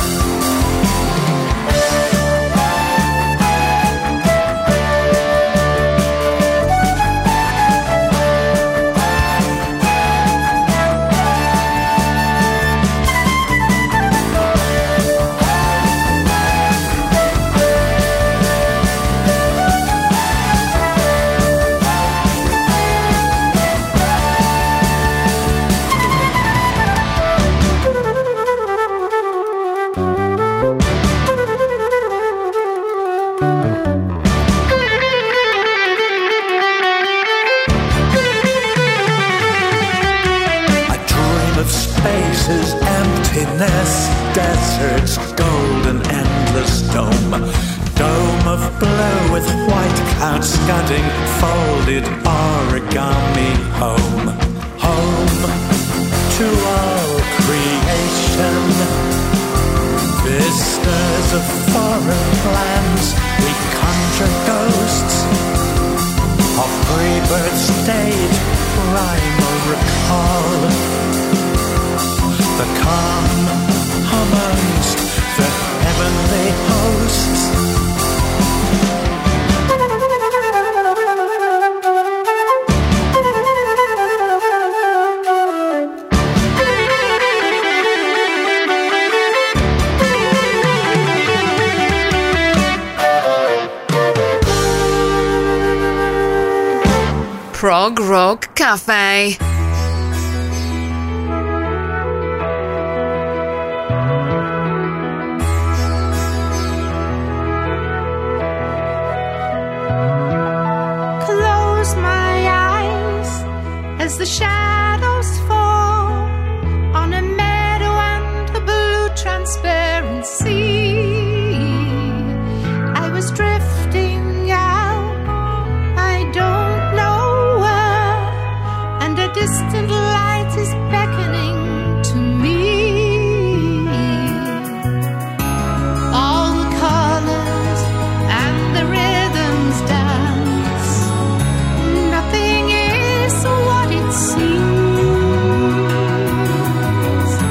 Deserts, golden, endless dome. Dome of blue with white clouds scudding, folded origami home. Home to all creation. Vistas of foreign lands, we conjure ghosts of rebirth stage, primal recall. The calm amongst the heavenly hosts. Prog Rock Cafe. The shadows fall on a meadow and a blue transparent sea. I was drifting out, I don't know where, and a distant light is beckoning to me. All the colors and the rhythms dance. Nothing is what it seems.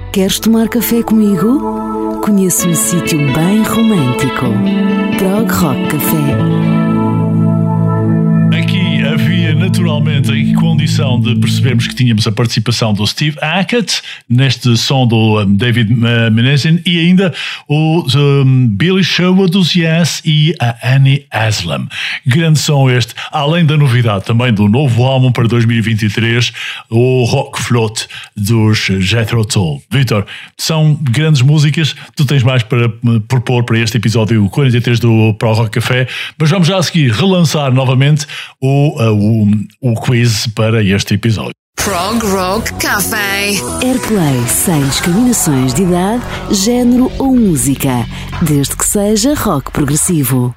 Queres tomar café comigo? Conheço um sítio bem romântico. Prog Rock Café. Aqui havia naturalmente a condição de percebermos que tínhamos a participação do Steve Hackett neste som do um, David uh, Menezes e ainda o um, Billy Sherwood dos Yes e a Annie Haslam. Grande som este, além da novidade também do novo álbum para dois mil e vinte e três, o Rock Float dos Jethro Tull. Vítor, são grandes músicas, tu tens mais para uh, propor para este episódio quarenta e três do Prog Rock Café, mas vamos já a seguir relançar novamente o, uh, o, o quiz para este episódio. Prog Rock Café. Airplay sem discriminações de idade, género ou música, desde que seja rock progressivo.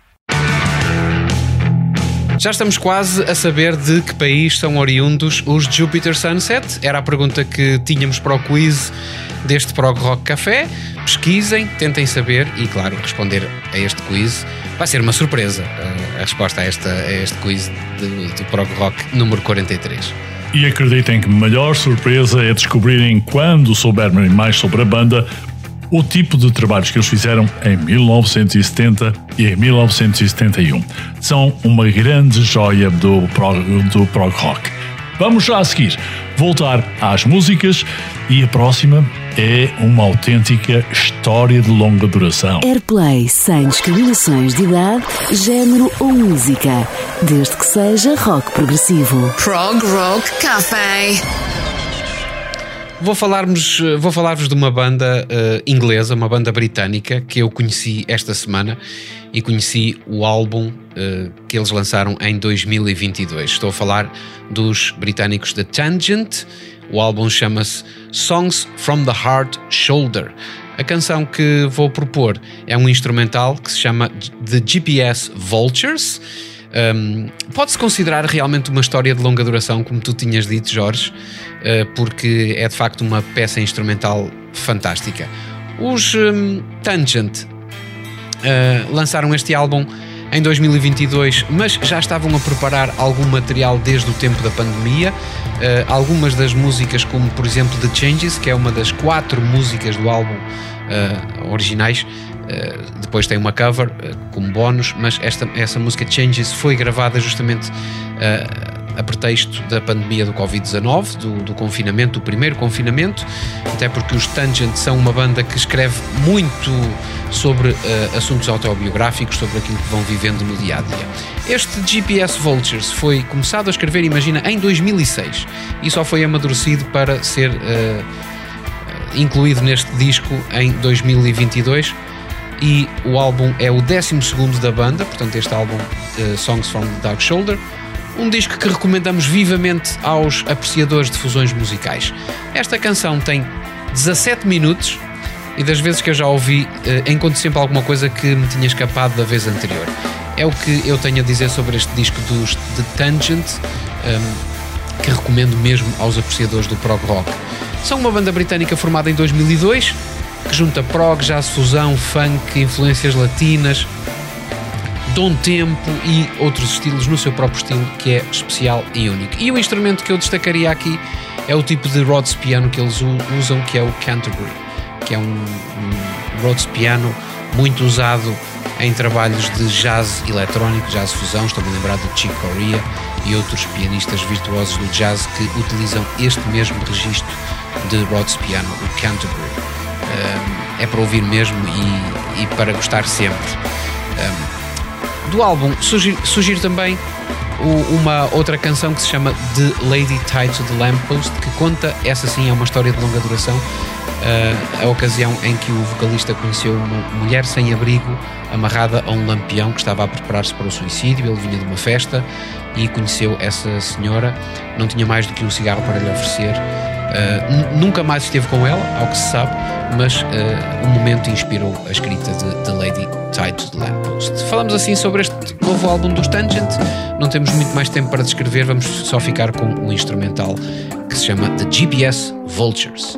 Já estamos quase a saber de que país são oriundos os Jupiter Sunset. Era a pergunta que tínhamos para o quiz deste Prog Rock Café. Pesquisem, tentem saber e, claro, responder a este quiz. Vai ser uma surpresa a resposta a, esta, a este quiz do, do Prog Rock número quarenta e três. E acreditem que a melhor surpresa é descobrirem, quando souberem mais sobre a banda, o tipo de trabalhos que eles fizeram em mil novecentos e setenta e em mil novecentos e setenta e um. São uma grande joia do prog, do prog rock. Vamos já a seguir voltar às músicas e a próxima é uma autêntica história de longa duração. Airplay sem discriminações de idade, género ou música, desde que seja rock progressivo. Prog Rock Café. Vou falar-vos, vou falar-vos de uma banda uh, inglesa, uma banda britânica que eu conheci esta semana e conheci o álbum uh, que eles lançaram em dois mil e vinte e dois. Estou a falar dos britânicos The Tangent. O álbum chama-se Songs from the Hard Shoulder. A canção que vou propor é um instrumental que se chama The G P S Vultures. Um, pode-se considerar realmente uma história de longa duração, como tu tinhas dito, Jorge, uh, porque é de facto uma peça instrumental fantástica. Os um, Tangent uh, lançaram este álbum em dois mil e vinte e dois, mas já estavam a preparar algum material desde o tempo da pandemia. Uh, algumas das músicas, como por exemplo The Changes, que é uma das quatro músicas do álbum uh, originais, Uh, depois tem uma cover uh, como bónus, mas esta, essa música Changes foi gravada justamente uh, a pretexto da pandemia do covid dezanove, do, do confinamento, do primeiro confinamento, até porque os Tangent são uma banda que escreve muito sobre uh, assuntos autobiográficos, sobre aquilo que vão vivendo no dia-a-dia. Este G P S Vultures foi começado a escrever, imagina, em dois mil e seis e só foi amadurecido para ser uh, incluído neste disco em dois mil e vinte e dois. E o álbum é o décimo segundo da banda, portanto este álbum uh, Songs from the Dark Shoulder, um disco que recomendamos vivamente aos apreciadores de fusões musicais. Esta canção tem dezassete minutos e das vezes que eu já ouvi uh, encontro sempre alguma coisa que me tinha escapado da vez anterior. É o que eu tenho a dizer sobre este disco dos The Tangent, um, que recomendo mesmo aos apreciadores do prog rock. São uma banda britânica formada em dois mil e dois, que junta prog, jazz, fusão, funk, influências latinas, dom tempo e outros estilos no seu próprio estilo, que é especial e único. E o instrumento que eu destacaria aqui é o tipo de Rhodes piano que eles usam, que é o Canterbury, que é um, um Rhodes piano muito usado em trabalhos de jazz eletrónico, jazz fusão. Estou-me a lembrar do Chick Corea e outros pianistas virtuosos do jazz que utilizam este mesmo registro de Rhodes piano, o Canterbury. Um, é para ouvir mesmo e, e para gostar sempre. Um, do álbum sugiro, sugiro também o, uma outra canção que se chama The Lady Tied to the Lamppost, que conta, essa sim é uma história de longa duração, uh, a ocasião em que o vocalista conheceu uma mulher sem abrigo amarrada a um lampião que estava a preparar-se para o suicídio. Ele vinha de uma festa e conheceu essa senhora, não tinha mais do que um cigarro para lhe oferecer. Uh, nunca mais esteve com ela, ao que se sabe, mas uh, o momento inspirou a escrita de The Lady Tied to the Lamppost. Falamos assim sobre este novo álbum dos Tangent. Não temos muito mais tempo para descrever, vamos só ficar com o instrumental que se chama The G P S Vultures.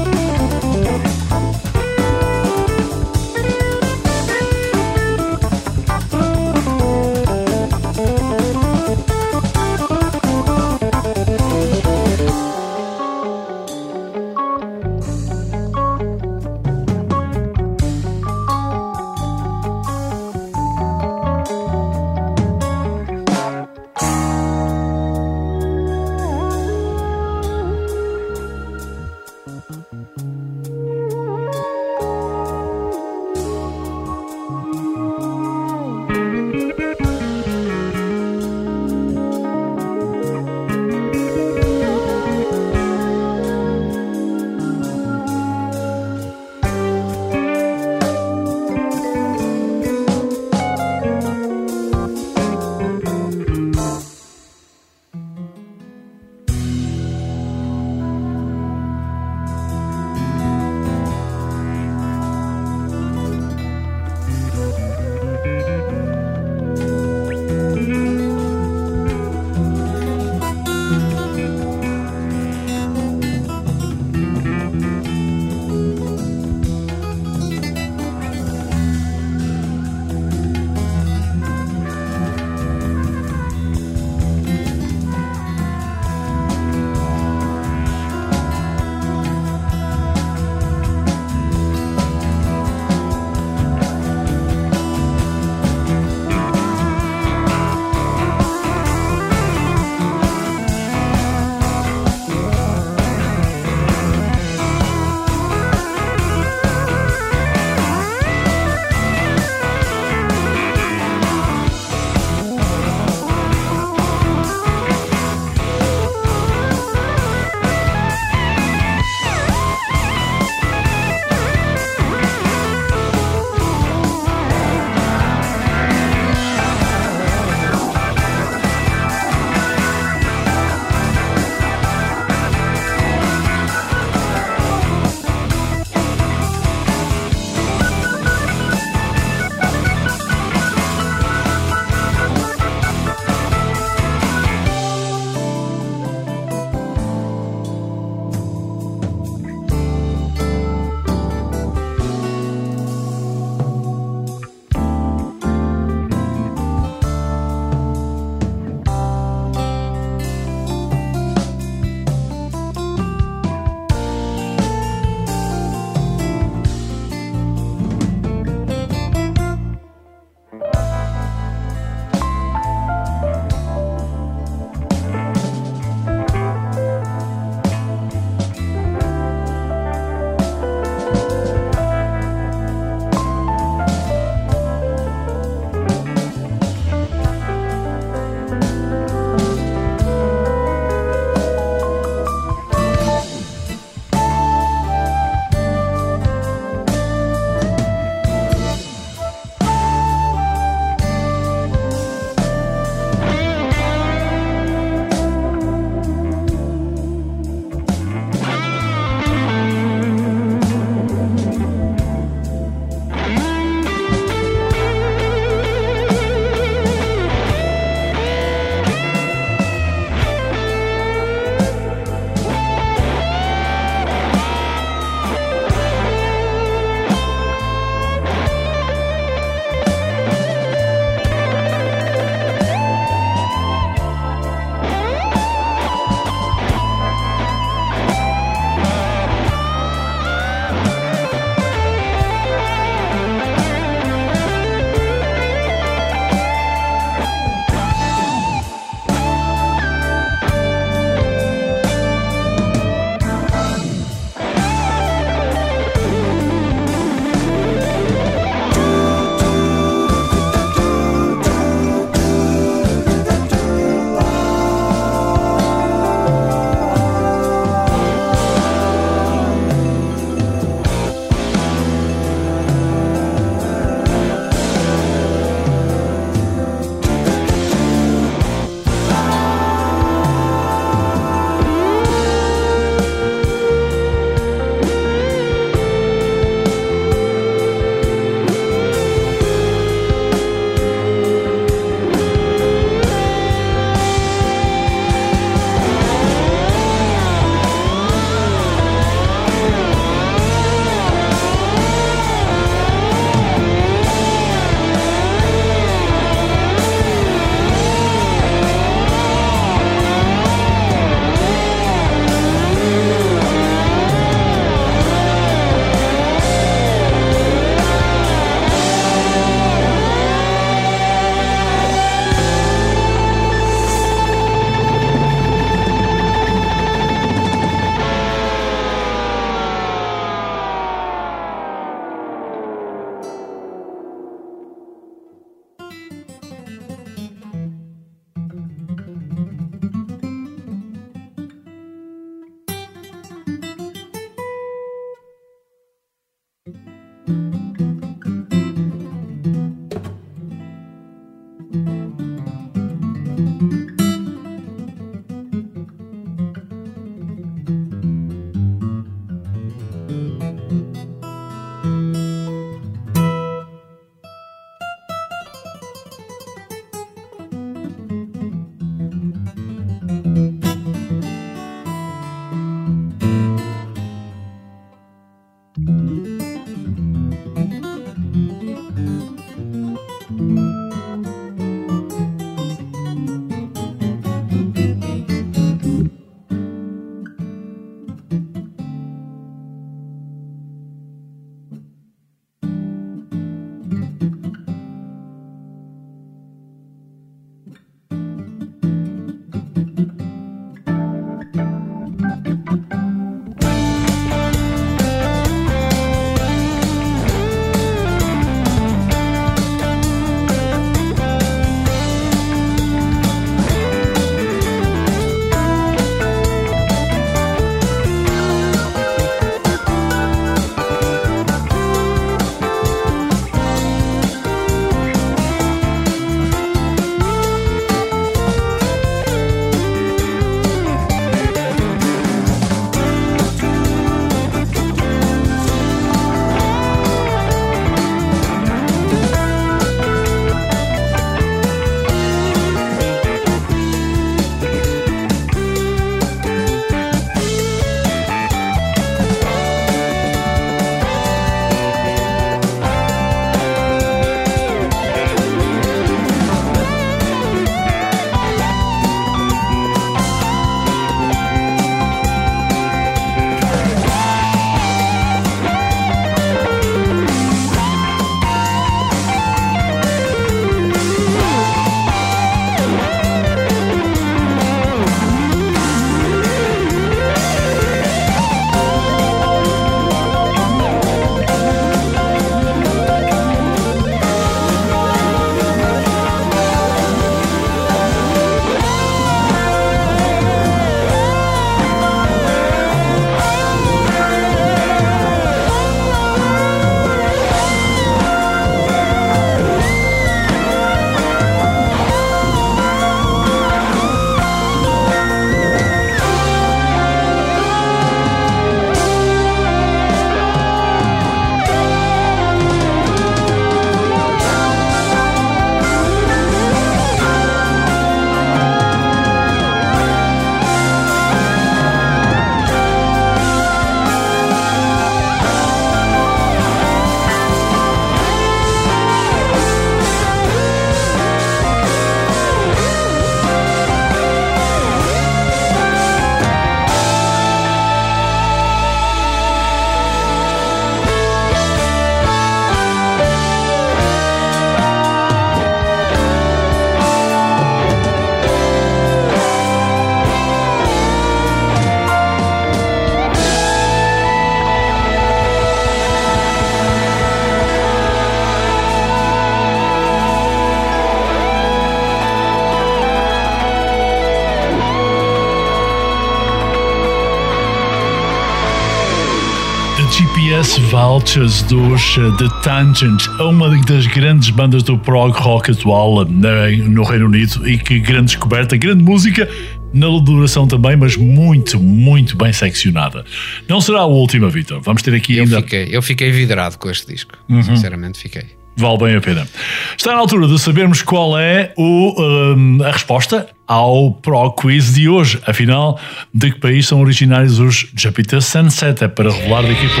G P S Vultures dos The Tangent, uma das grandes bandas do prog rock atual no Reino Unido, e que grande descoberta, grande música, na duração também, mas muito, muito bem seccionada. Não será a última, Vítor. Vamos ter aqui eu ainda... Fiquei, eu fiquei vidrado com este disco. Uhum. Sinceramente, fiquei. Vale bem a pena. Está na altura de sabermos qual é o, um, a resposta ao Prog Quiz de hoje. Afinal, de que país são originários os Jupiter Sunset? É para revelar daqui a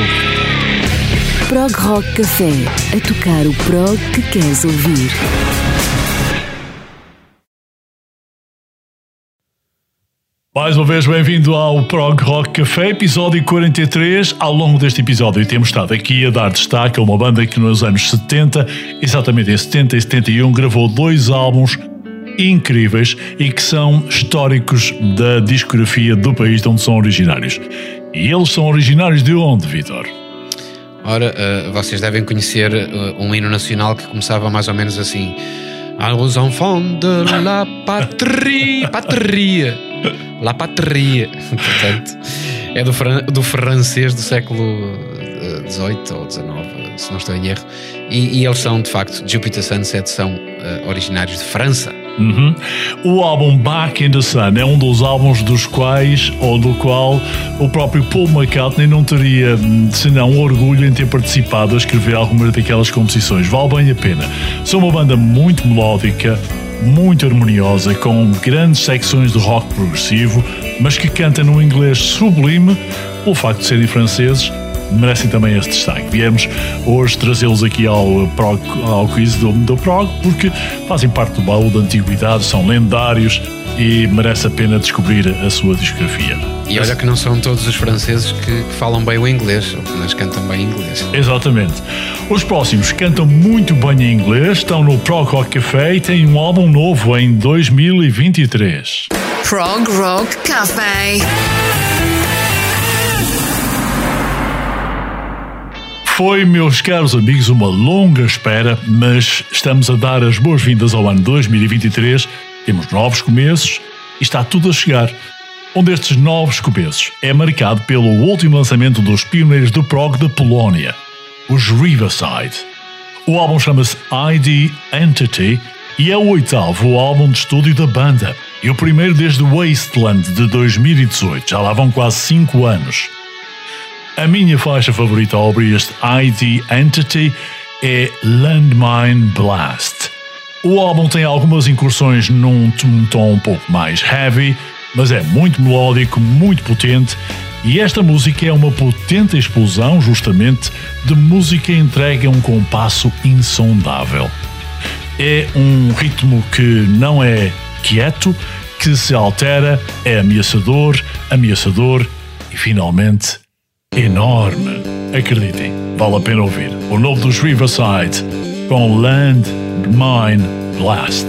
pouco. Prog Rock Café. A tocar o prog que queres ouvir. Mais uma vez, bem-vindo ao Prog Rock Café, episódio quarenta e três. Ao longo deste episódio temos estado aqui a dar destaque a uma banda que nos anos setenta, exatamente em setenta e setenta e um, gravou dois álbuns incríveis e que são históricos da discografia do país de onde são originários. E eles são originários de onde, Vítor? Ora, uh, vocês devem conhecer uh, um hino nacional que começava mais ou menos assim: "A los enfants de la patrie, patrie, la patrie." Portanto, é do, fran- do francês do século dezoito ou dezanove, se não estou em erro. E, e eles são, de facto, Jupiter Sunset, são uh, originários de França. Uhum. O álbum Back in the Sun é um dos álbuns dos quais, ou do qual, o próprio Paul McCartney não teria senão orgulho em ter participado a escrever algumas daquelas composições. Vale bem a pena. São uma banda muito melódica, muito harmoniosa, com grandes secções de rock progressivo, mas que canta num inglês sublime. Pelo facto de serem franceses, merecem também esse destaque. Viemos hoje trazê-los aqui ao, prog, ao quiz do, do prog, porque fazem parte do baú da antiguidade, são lendários e merece a pena descobrir a sua discografia. E olha que não são todos os franceses que, que falam bem o inglês, ou que nas cantam bem inglês. Exatamente. Os próximos cantam muito bem em inglês, estão no Prog Rock Café e têm um álbum novo em dois mil e vinte e três. Prog Rock Café. Foi, meus caros amigos, uma longa espera, mas estamos a dar as boas-vindas ao ano dois mil e vinte e três, temos novos começos e está tudo a chegar. Um destes novos começos é marcado pelo último lançamento dos pioneiros do prog da Polónia, os Riverside. O álbum chama-se Identity e é o oitavo álbum de estúdio da banda e o primeiro desde Wasteland de dois mil e dezoito, já lá vão quase cinco anos. A minha faixa favorita ao abrir este Identity é Landmine Blast. O álbum tem algumas incursões num tom um pouco mais heavy, mas é muito melódico, muito potente, e esta música é uma potente explosão justamente de música entregue a um compasso insondável. É um ritmo que não é quieto, que se altera, é ameaçador, ameaçador e finalmente enorme. Acreditem, vale a pena ouvir. O novo dos Riverside com Landmine Blast.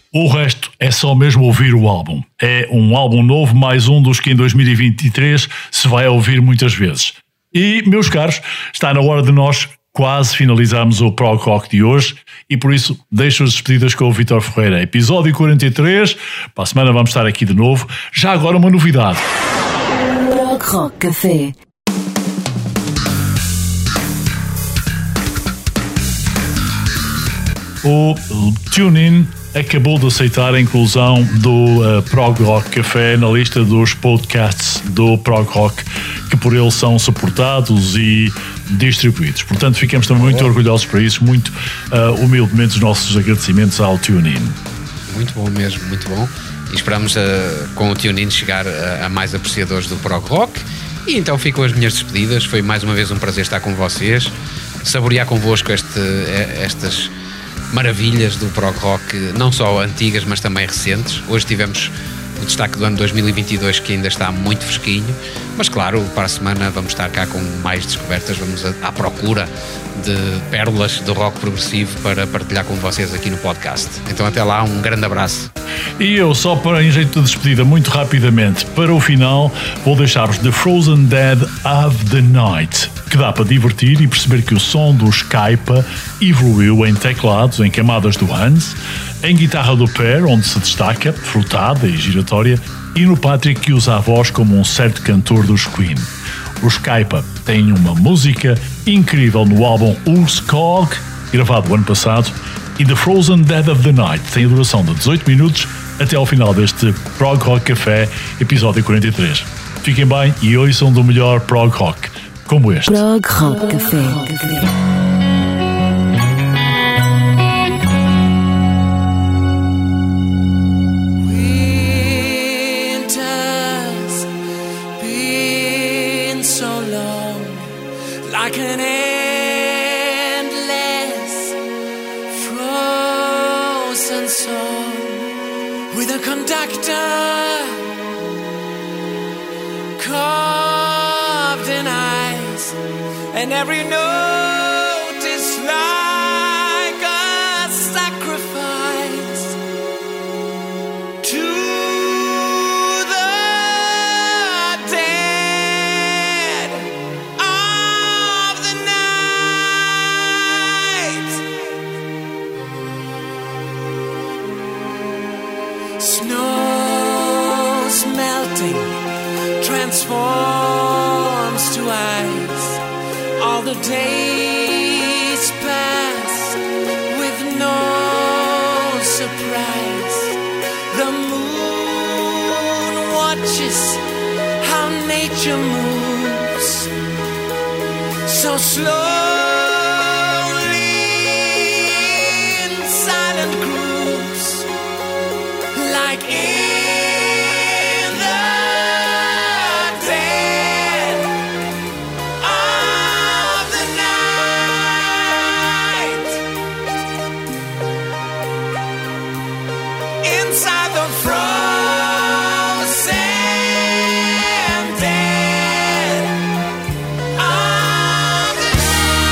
O resto é só mesmo ouvir o álbum. É um álbum novo, mais um dos que em dois mil e vinte e três se vai ouvir muitas vezes. E, meus caros, está na hora de nós quase finalizarmos o Prog Rock de hoje e por isso deixo as despedidas com o Vítor Ferreira. Episódio quarenta e três, para a semana vamos estar aqui de novo. Já agora uma novidade. Prog Rock Café. O TuneIn acabou de aceitar a inclusão do uh, Prog Rock Café na lista dos podcasts do Prog Rock que por ele são suportados e distribuídos. Portanto, ficamos também muito orgulhosos por isso, muito uh, humildemente os nossos agradecimentos ao TuneIn. Muito bom mesmo, muito bom. E esperamos uh, com o TuneIn chegar a, a mais apreciadores do Prog Rock. E então ficam as minhas despedidas. Foi mais uma vez um prazer estar com vocês, saborear convosco este, estas maravilhas do prog rock, não só antigas mas também recentes. Hoje tivemos o destaque do ano dois mil e vinte e dois, que ainda está muito fresquinho, mas claro, para a semana vamos estar cá com mais descobertas, vamos à procura de pérolas do rock progressivo para partilhar com vocês aqui no podcast. Então até lá, um grande abraço. E eu, só para em jeito de despedida, muito rapidamente, para o final, vou deixar-vos The Frozen Dead of the Night, que dá para divertir e perceber que o som do Skype evoluiu em teclados, em camadas do Hans, em guitarra do Per, onde se destaca, frutada e giratória, e no Patrick, que usa a voz como um certo cantor dos Queen. O Skype tem uma música incrível no álbum Urskog, gravado o ano passado, e The Frozen Dead of the Night tem a duração de dezoito minutos até ao final deste Prog Rock Café, episódio quarenta e três. Fiquem bem e ouçam do melhor prog rock, como este. Prog Rock Café. Like an endless frozen song with a conductor carved in ice, and every note is like a sacrifice to the dead of the night. Snow's melting, transforms to ice. All the days pass with no surprise. The moon watches how nature moves so slowly in silent groups, like in the dead of the night. Inside the frozen dead of the night.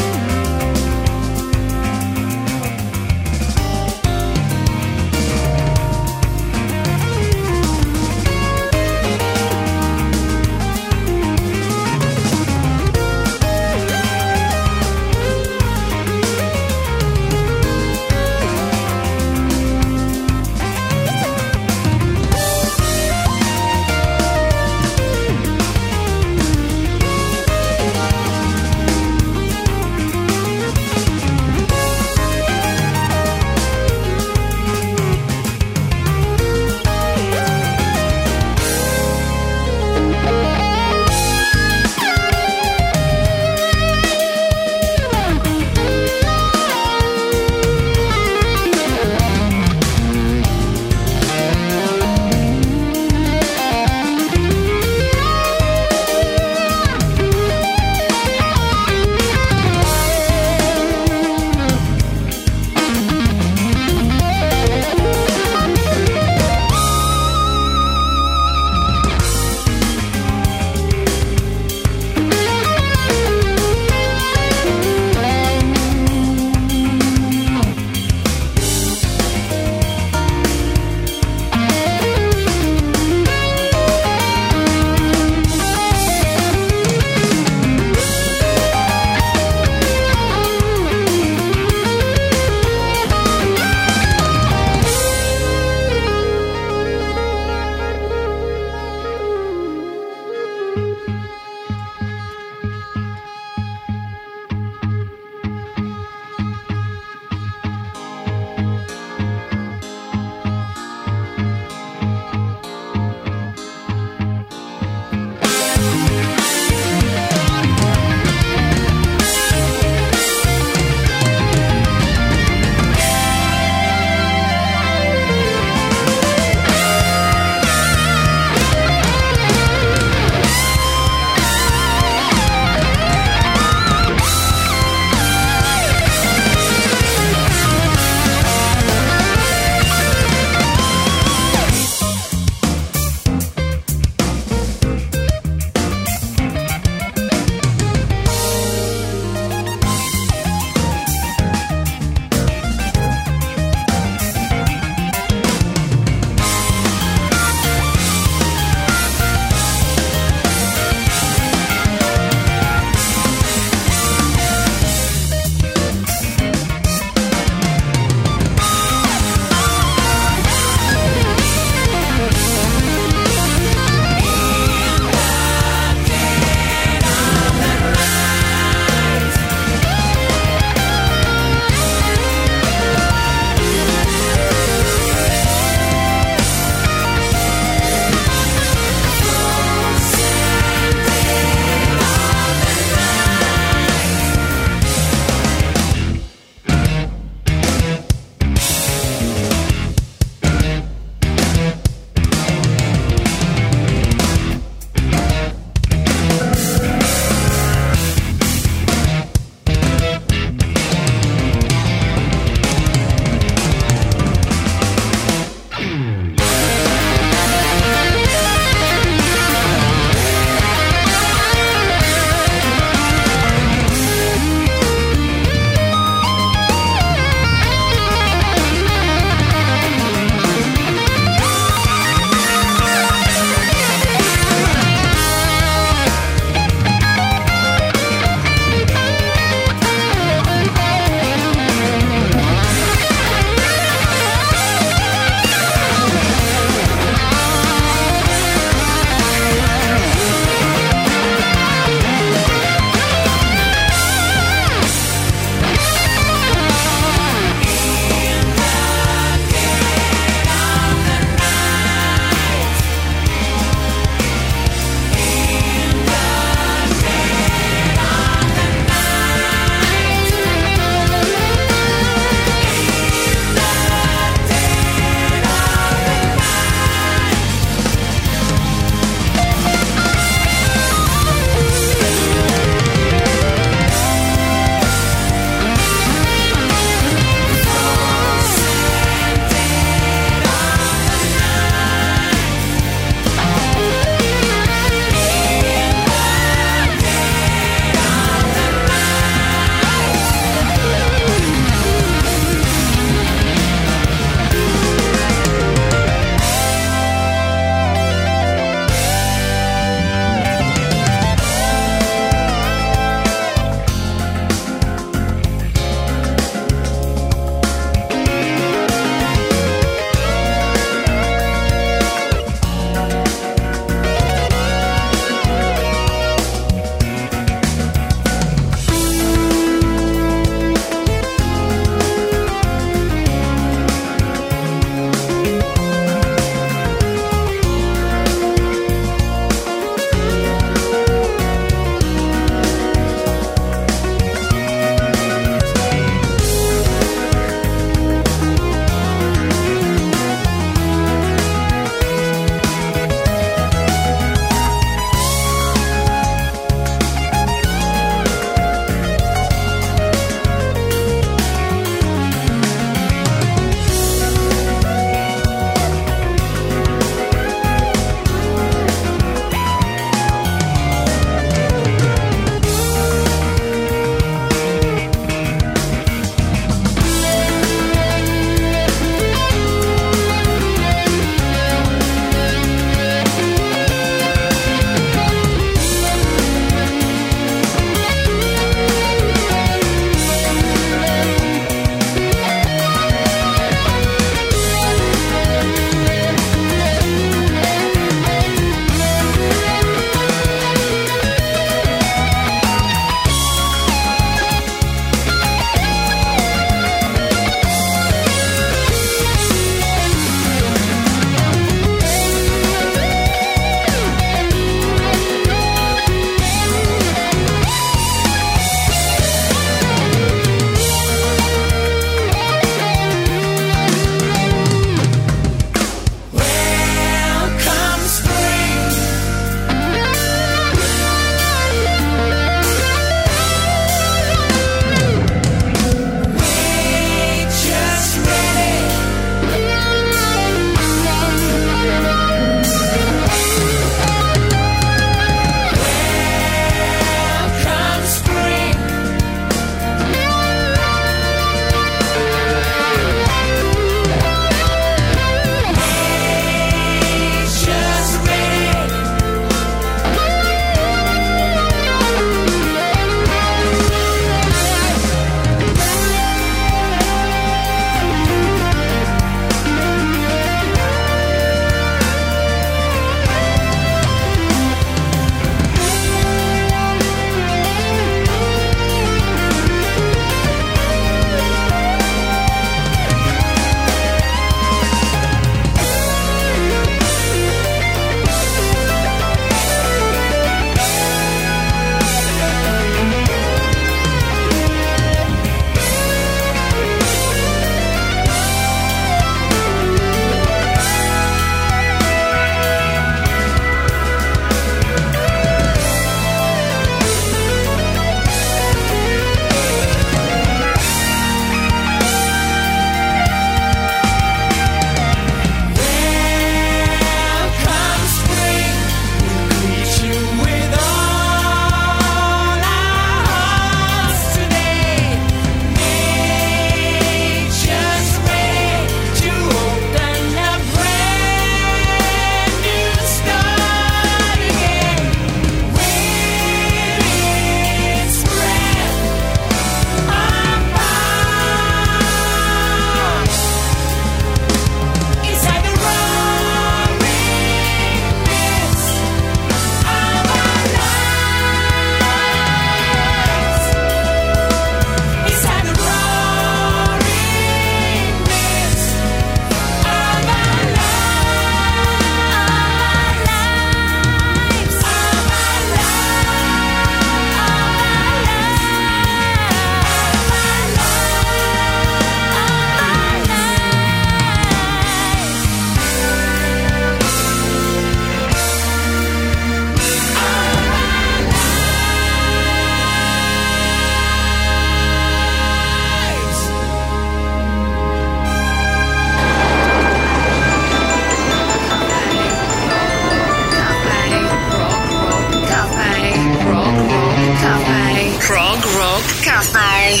Rock Café.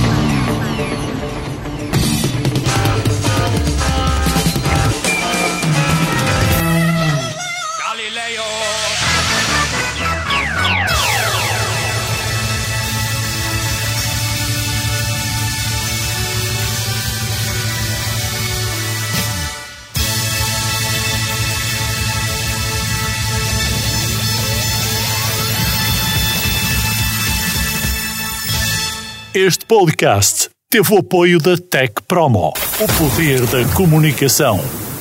Este podcast teve o apoio da Tech Promo, o poder da comunicação.